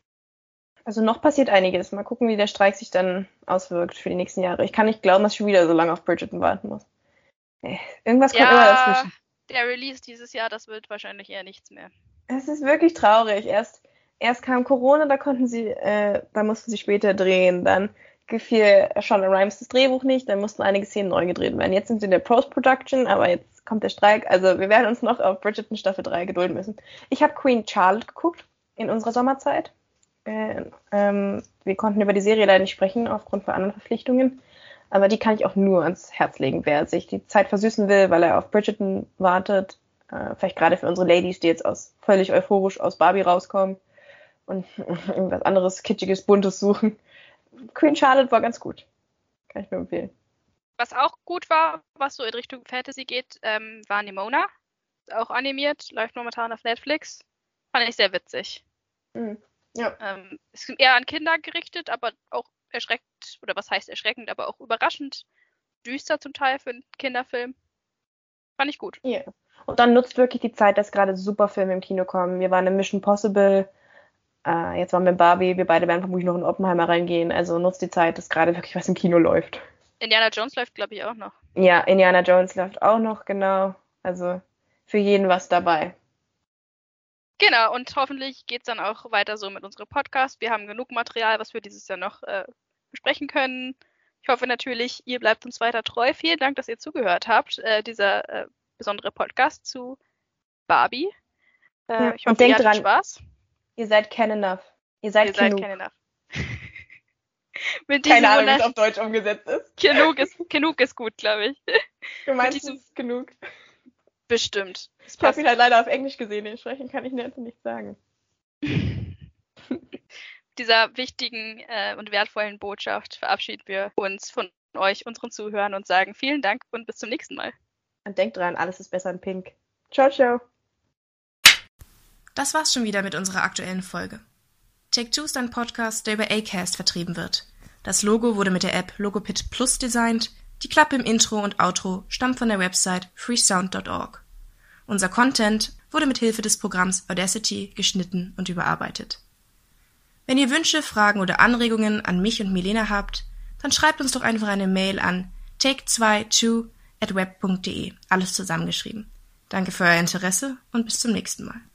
Also noch passiert einiges. Mal gucken, wie der Streik sich dann auswirkt für die nächsten Jahre. Ich kann nicht glauben, dass ich schon wieder so lange auf Bridgerton warten muss. Irgendwas kommt ja, immer dazwischen. Der Release dieses Jahr, das wird wahrscheinlich eher nichts mehr. Es ist wirklich traurig. Erst, erst kam Corona, da konnten sie, äh, da mussten sie später drehen. Dann gefiel Shonda Rhimes das Drehbuch nicht, dann mussten einige Szenen neu gedreht werden. Jetzt sind sie in der Post-Production, aber jetzt kommt der Streik. Also wir werden uns noch auf Bridgerton Staffel drei gedulden müssen. Ich habe Queen Charlotte geguckt in unserer Sommerzeit. Äh, ähm, wir konnten über die Serie leider nicht sprechen, aufgrund von anderen Verpflichtungen. Aber die kann ich auch nur ans Herz legen, wer sich die Zeit versüßen will, weil er auf Bridgerton wartet. Äh, vielleicht gerade für unsere Ladies, die jetzt aus völlig euphorisch aus Barbie rauskommen und irgendwas anderes, kitschiges, buntes suchen. Queen Charlotte war ganz gut. Kann ich mir empfehlen. Was auch gut war, was so in Richtung Fantasy geht, ähm, war Nimona. Ist auch animiert, läuft momentan auf Netflix. Fand ich sehr witzig. Mhm. Ja. Ähm, ist eher an Kinder gerichtet, aber auch erschreckend, oder was heißt erschreckend, aber auch überraschend düster zum Teil für einen Kinderfilm. Fand ich gut. Ja. Yeah. Und dann nutzt wirklich die Zeit, dass gerade super Filme im Kino kommen. Wir waren in Mission Possible, äh, jetzt waren wir in Barbie, wir beide werden vermutlich noch in Oppenheimer reingehen. Also nutzt die Zeit, dass gerade wirklich was im Kino läuft. Indiana Jones läuft, glaube ich, auch noch. Ja, Indiana Jones läuft auch noch, genau. Also für jeden was dabei. Genau, und hoffentlich geht es dann auch weiter so mit unserem Podcast. Wir haben genug Material, was wir dieses Jahr noch äh, besprechen können. Ich hoffe natürlich, ihr bleibt uns weiter treu. Vielen Dank, dass ihr zugehört habt. Äh, dieser äh, besondere Podcast zu Barbie. Äh, ja, ich hoffe, und denkt ihr hattet dran, Spaß. Ihr seid can enough. Ihr seid ihr genug. Seid can enough. Mit Keine Ahnung, wie es auf Deutsch umgesetzt ist. Genug ist, genug ist gut, glaube ich. Gemeint ist es genug. Bestimmt. Ich habe ihn halt leider auf Englisch gesehen, den sprechen kann ich jetzt nicht sagen. Dieser wichtigen äh, und wertvollen Botschaft verabschieden wir uns von euch, unseren Zuhörern, und sagen vielen Dank und bis zum nächsten Mal. Und denkt dran, alles ist besser in Pink. Ciao, ciao. Das war's schon wieder mit unserer aktuellen Folge. Take Two ist ein Podcast, der über Acast vertrieben wird. Das Logo wurde mit der App Logoped Plus designt. Die Klappe im Intro und Outro stammt von der Website freesound dot org. Unser Content wurde mit Hilfe des Programms Audacity geschnitten und überarbeitet. Wenn ihr Wünsche, Fragen oder Anregungen an mich und Milena habt, dann schreibt uns doch einfach eine Mail an take twenty-two at web punkt de, alles zusammengeschrieben. Danke für euer Interesse und bis zum nächsten Mal.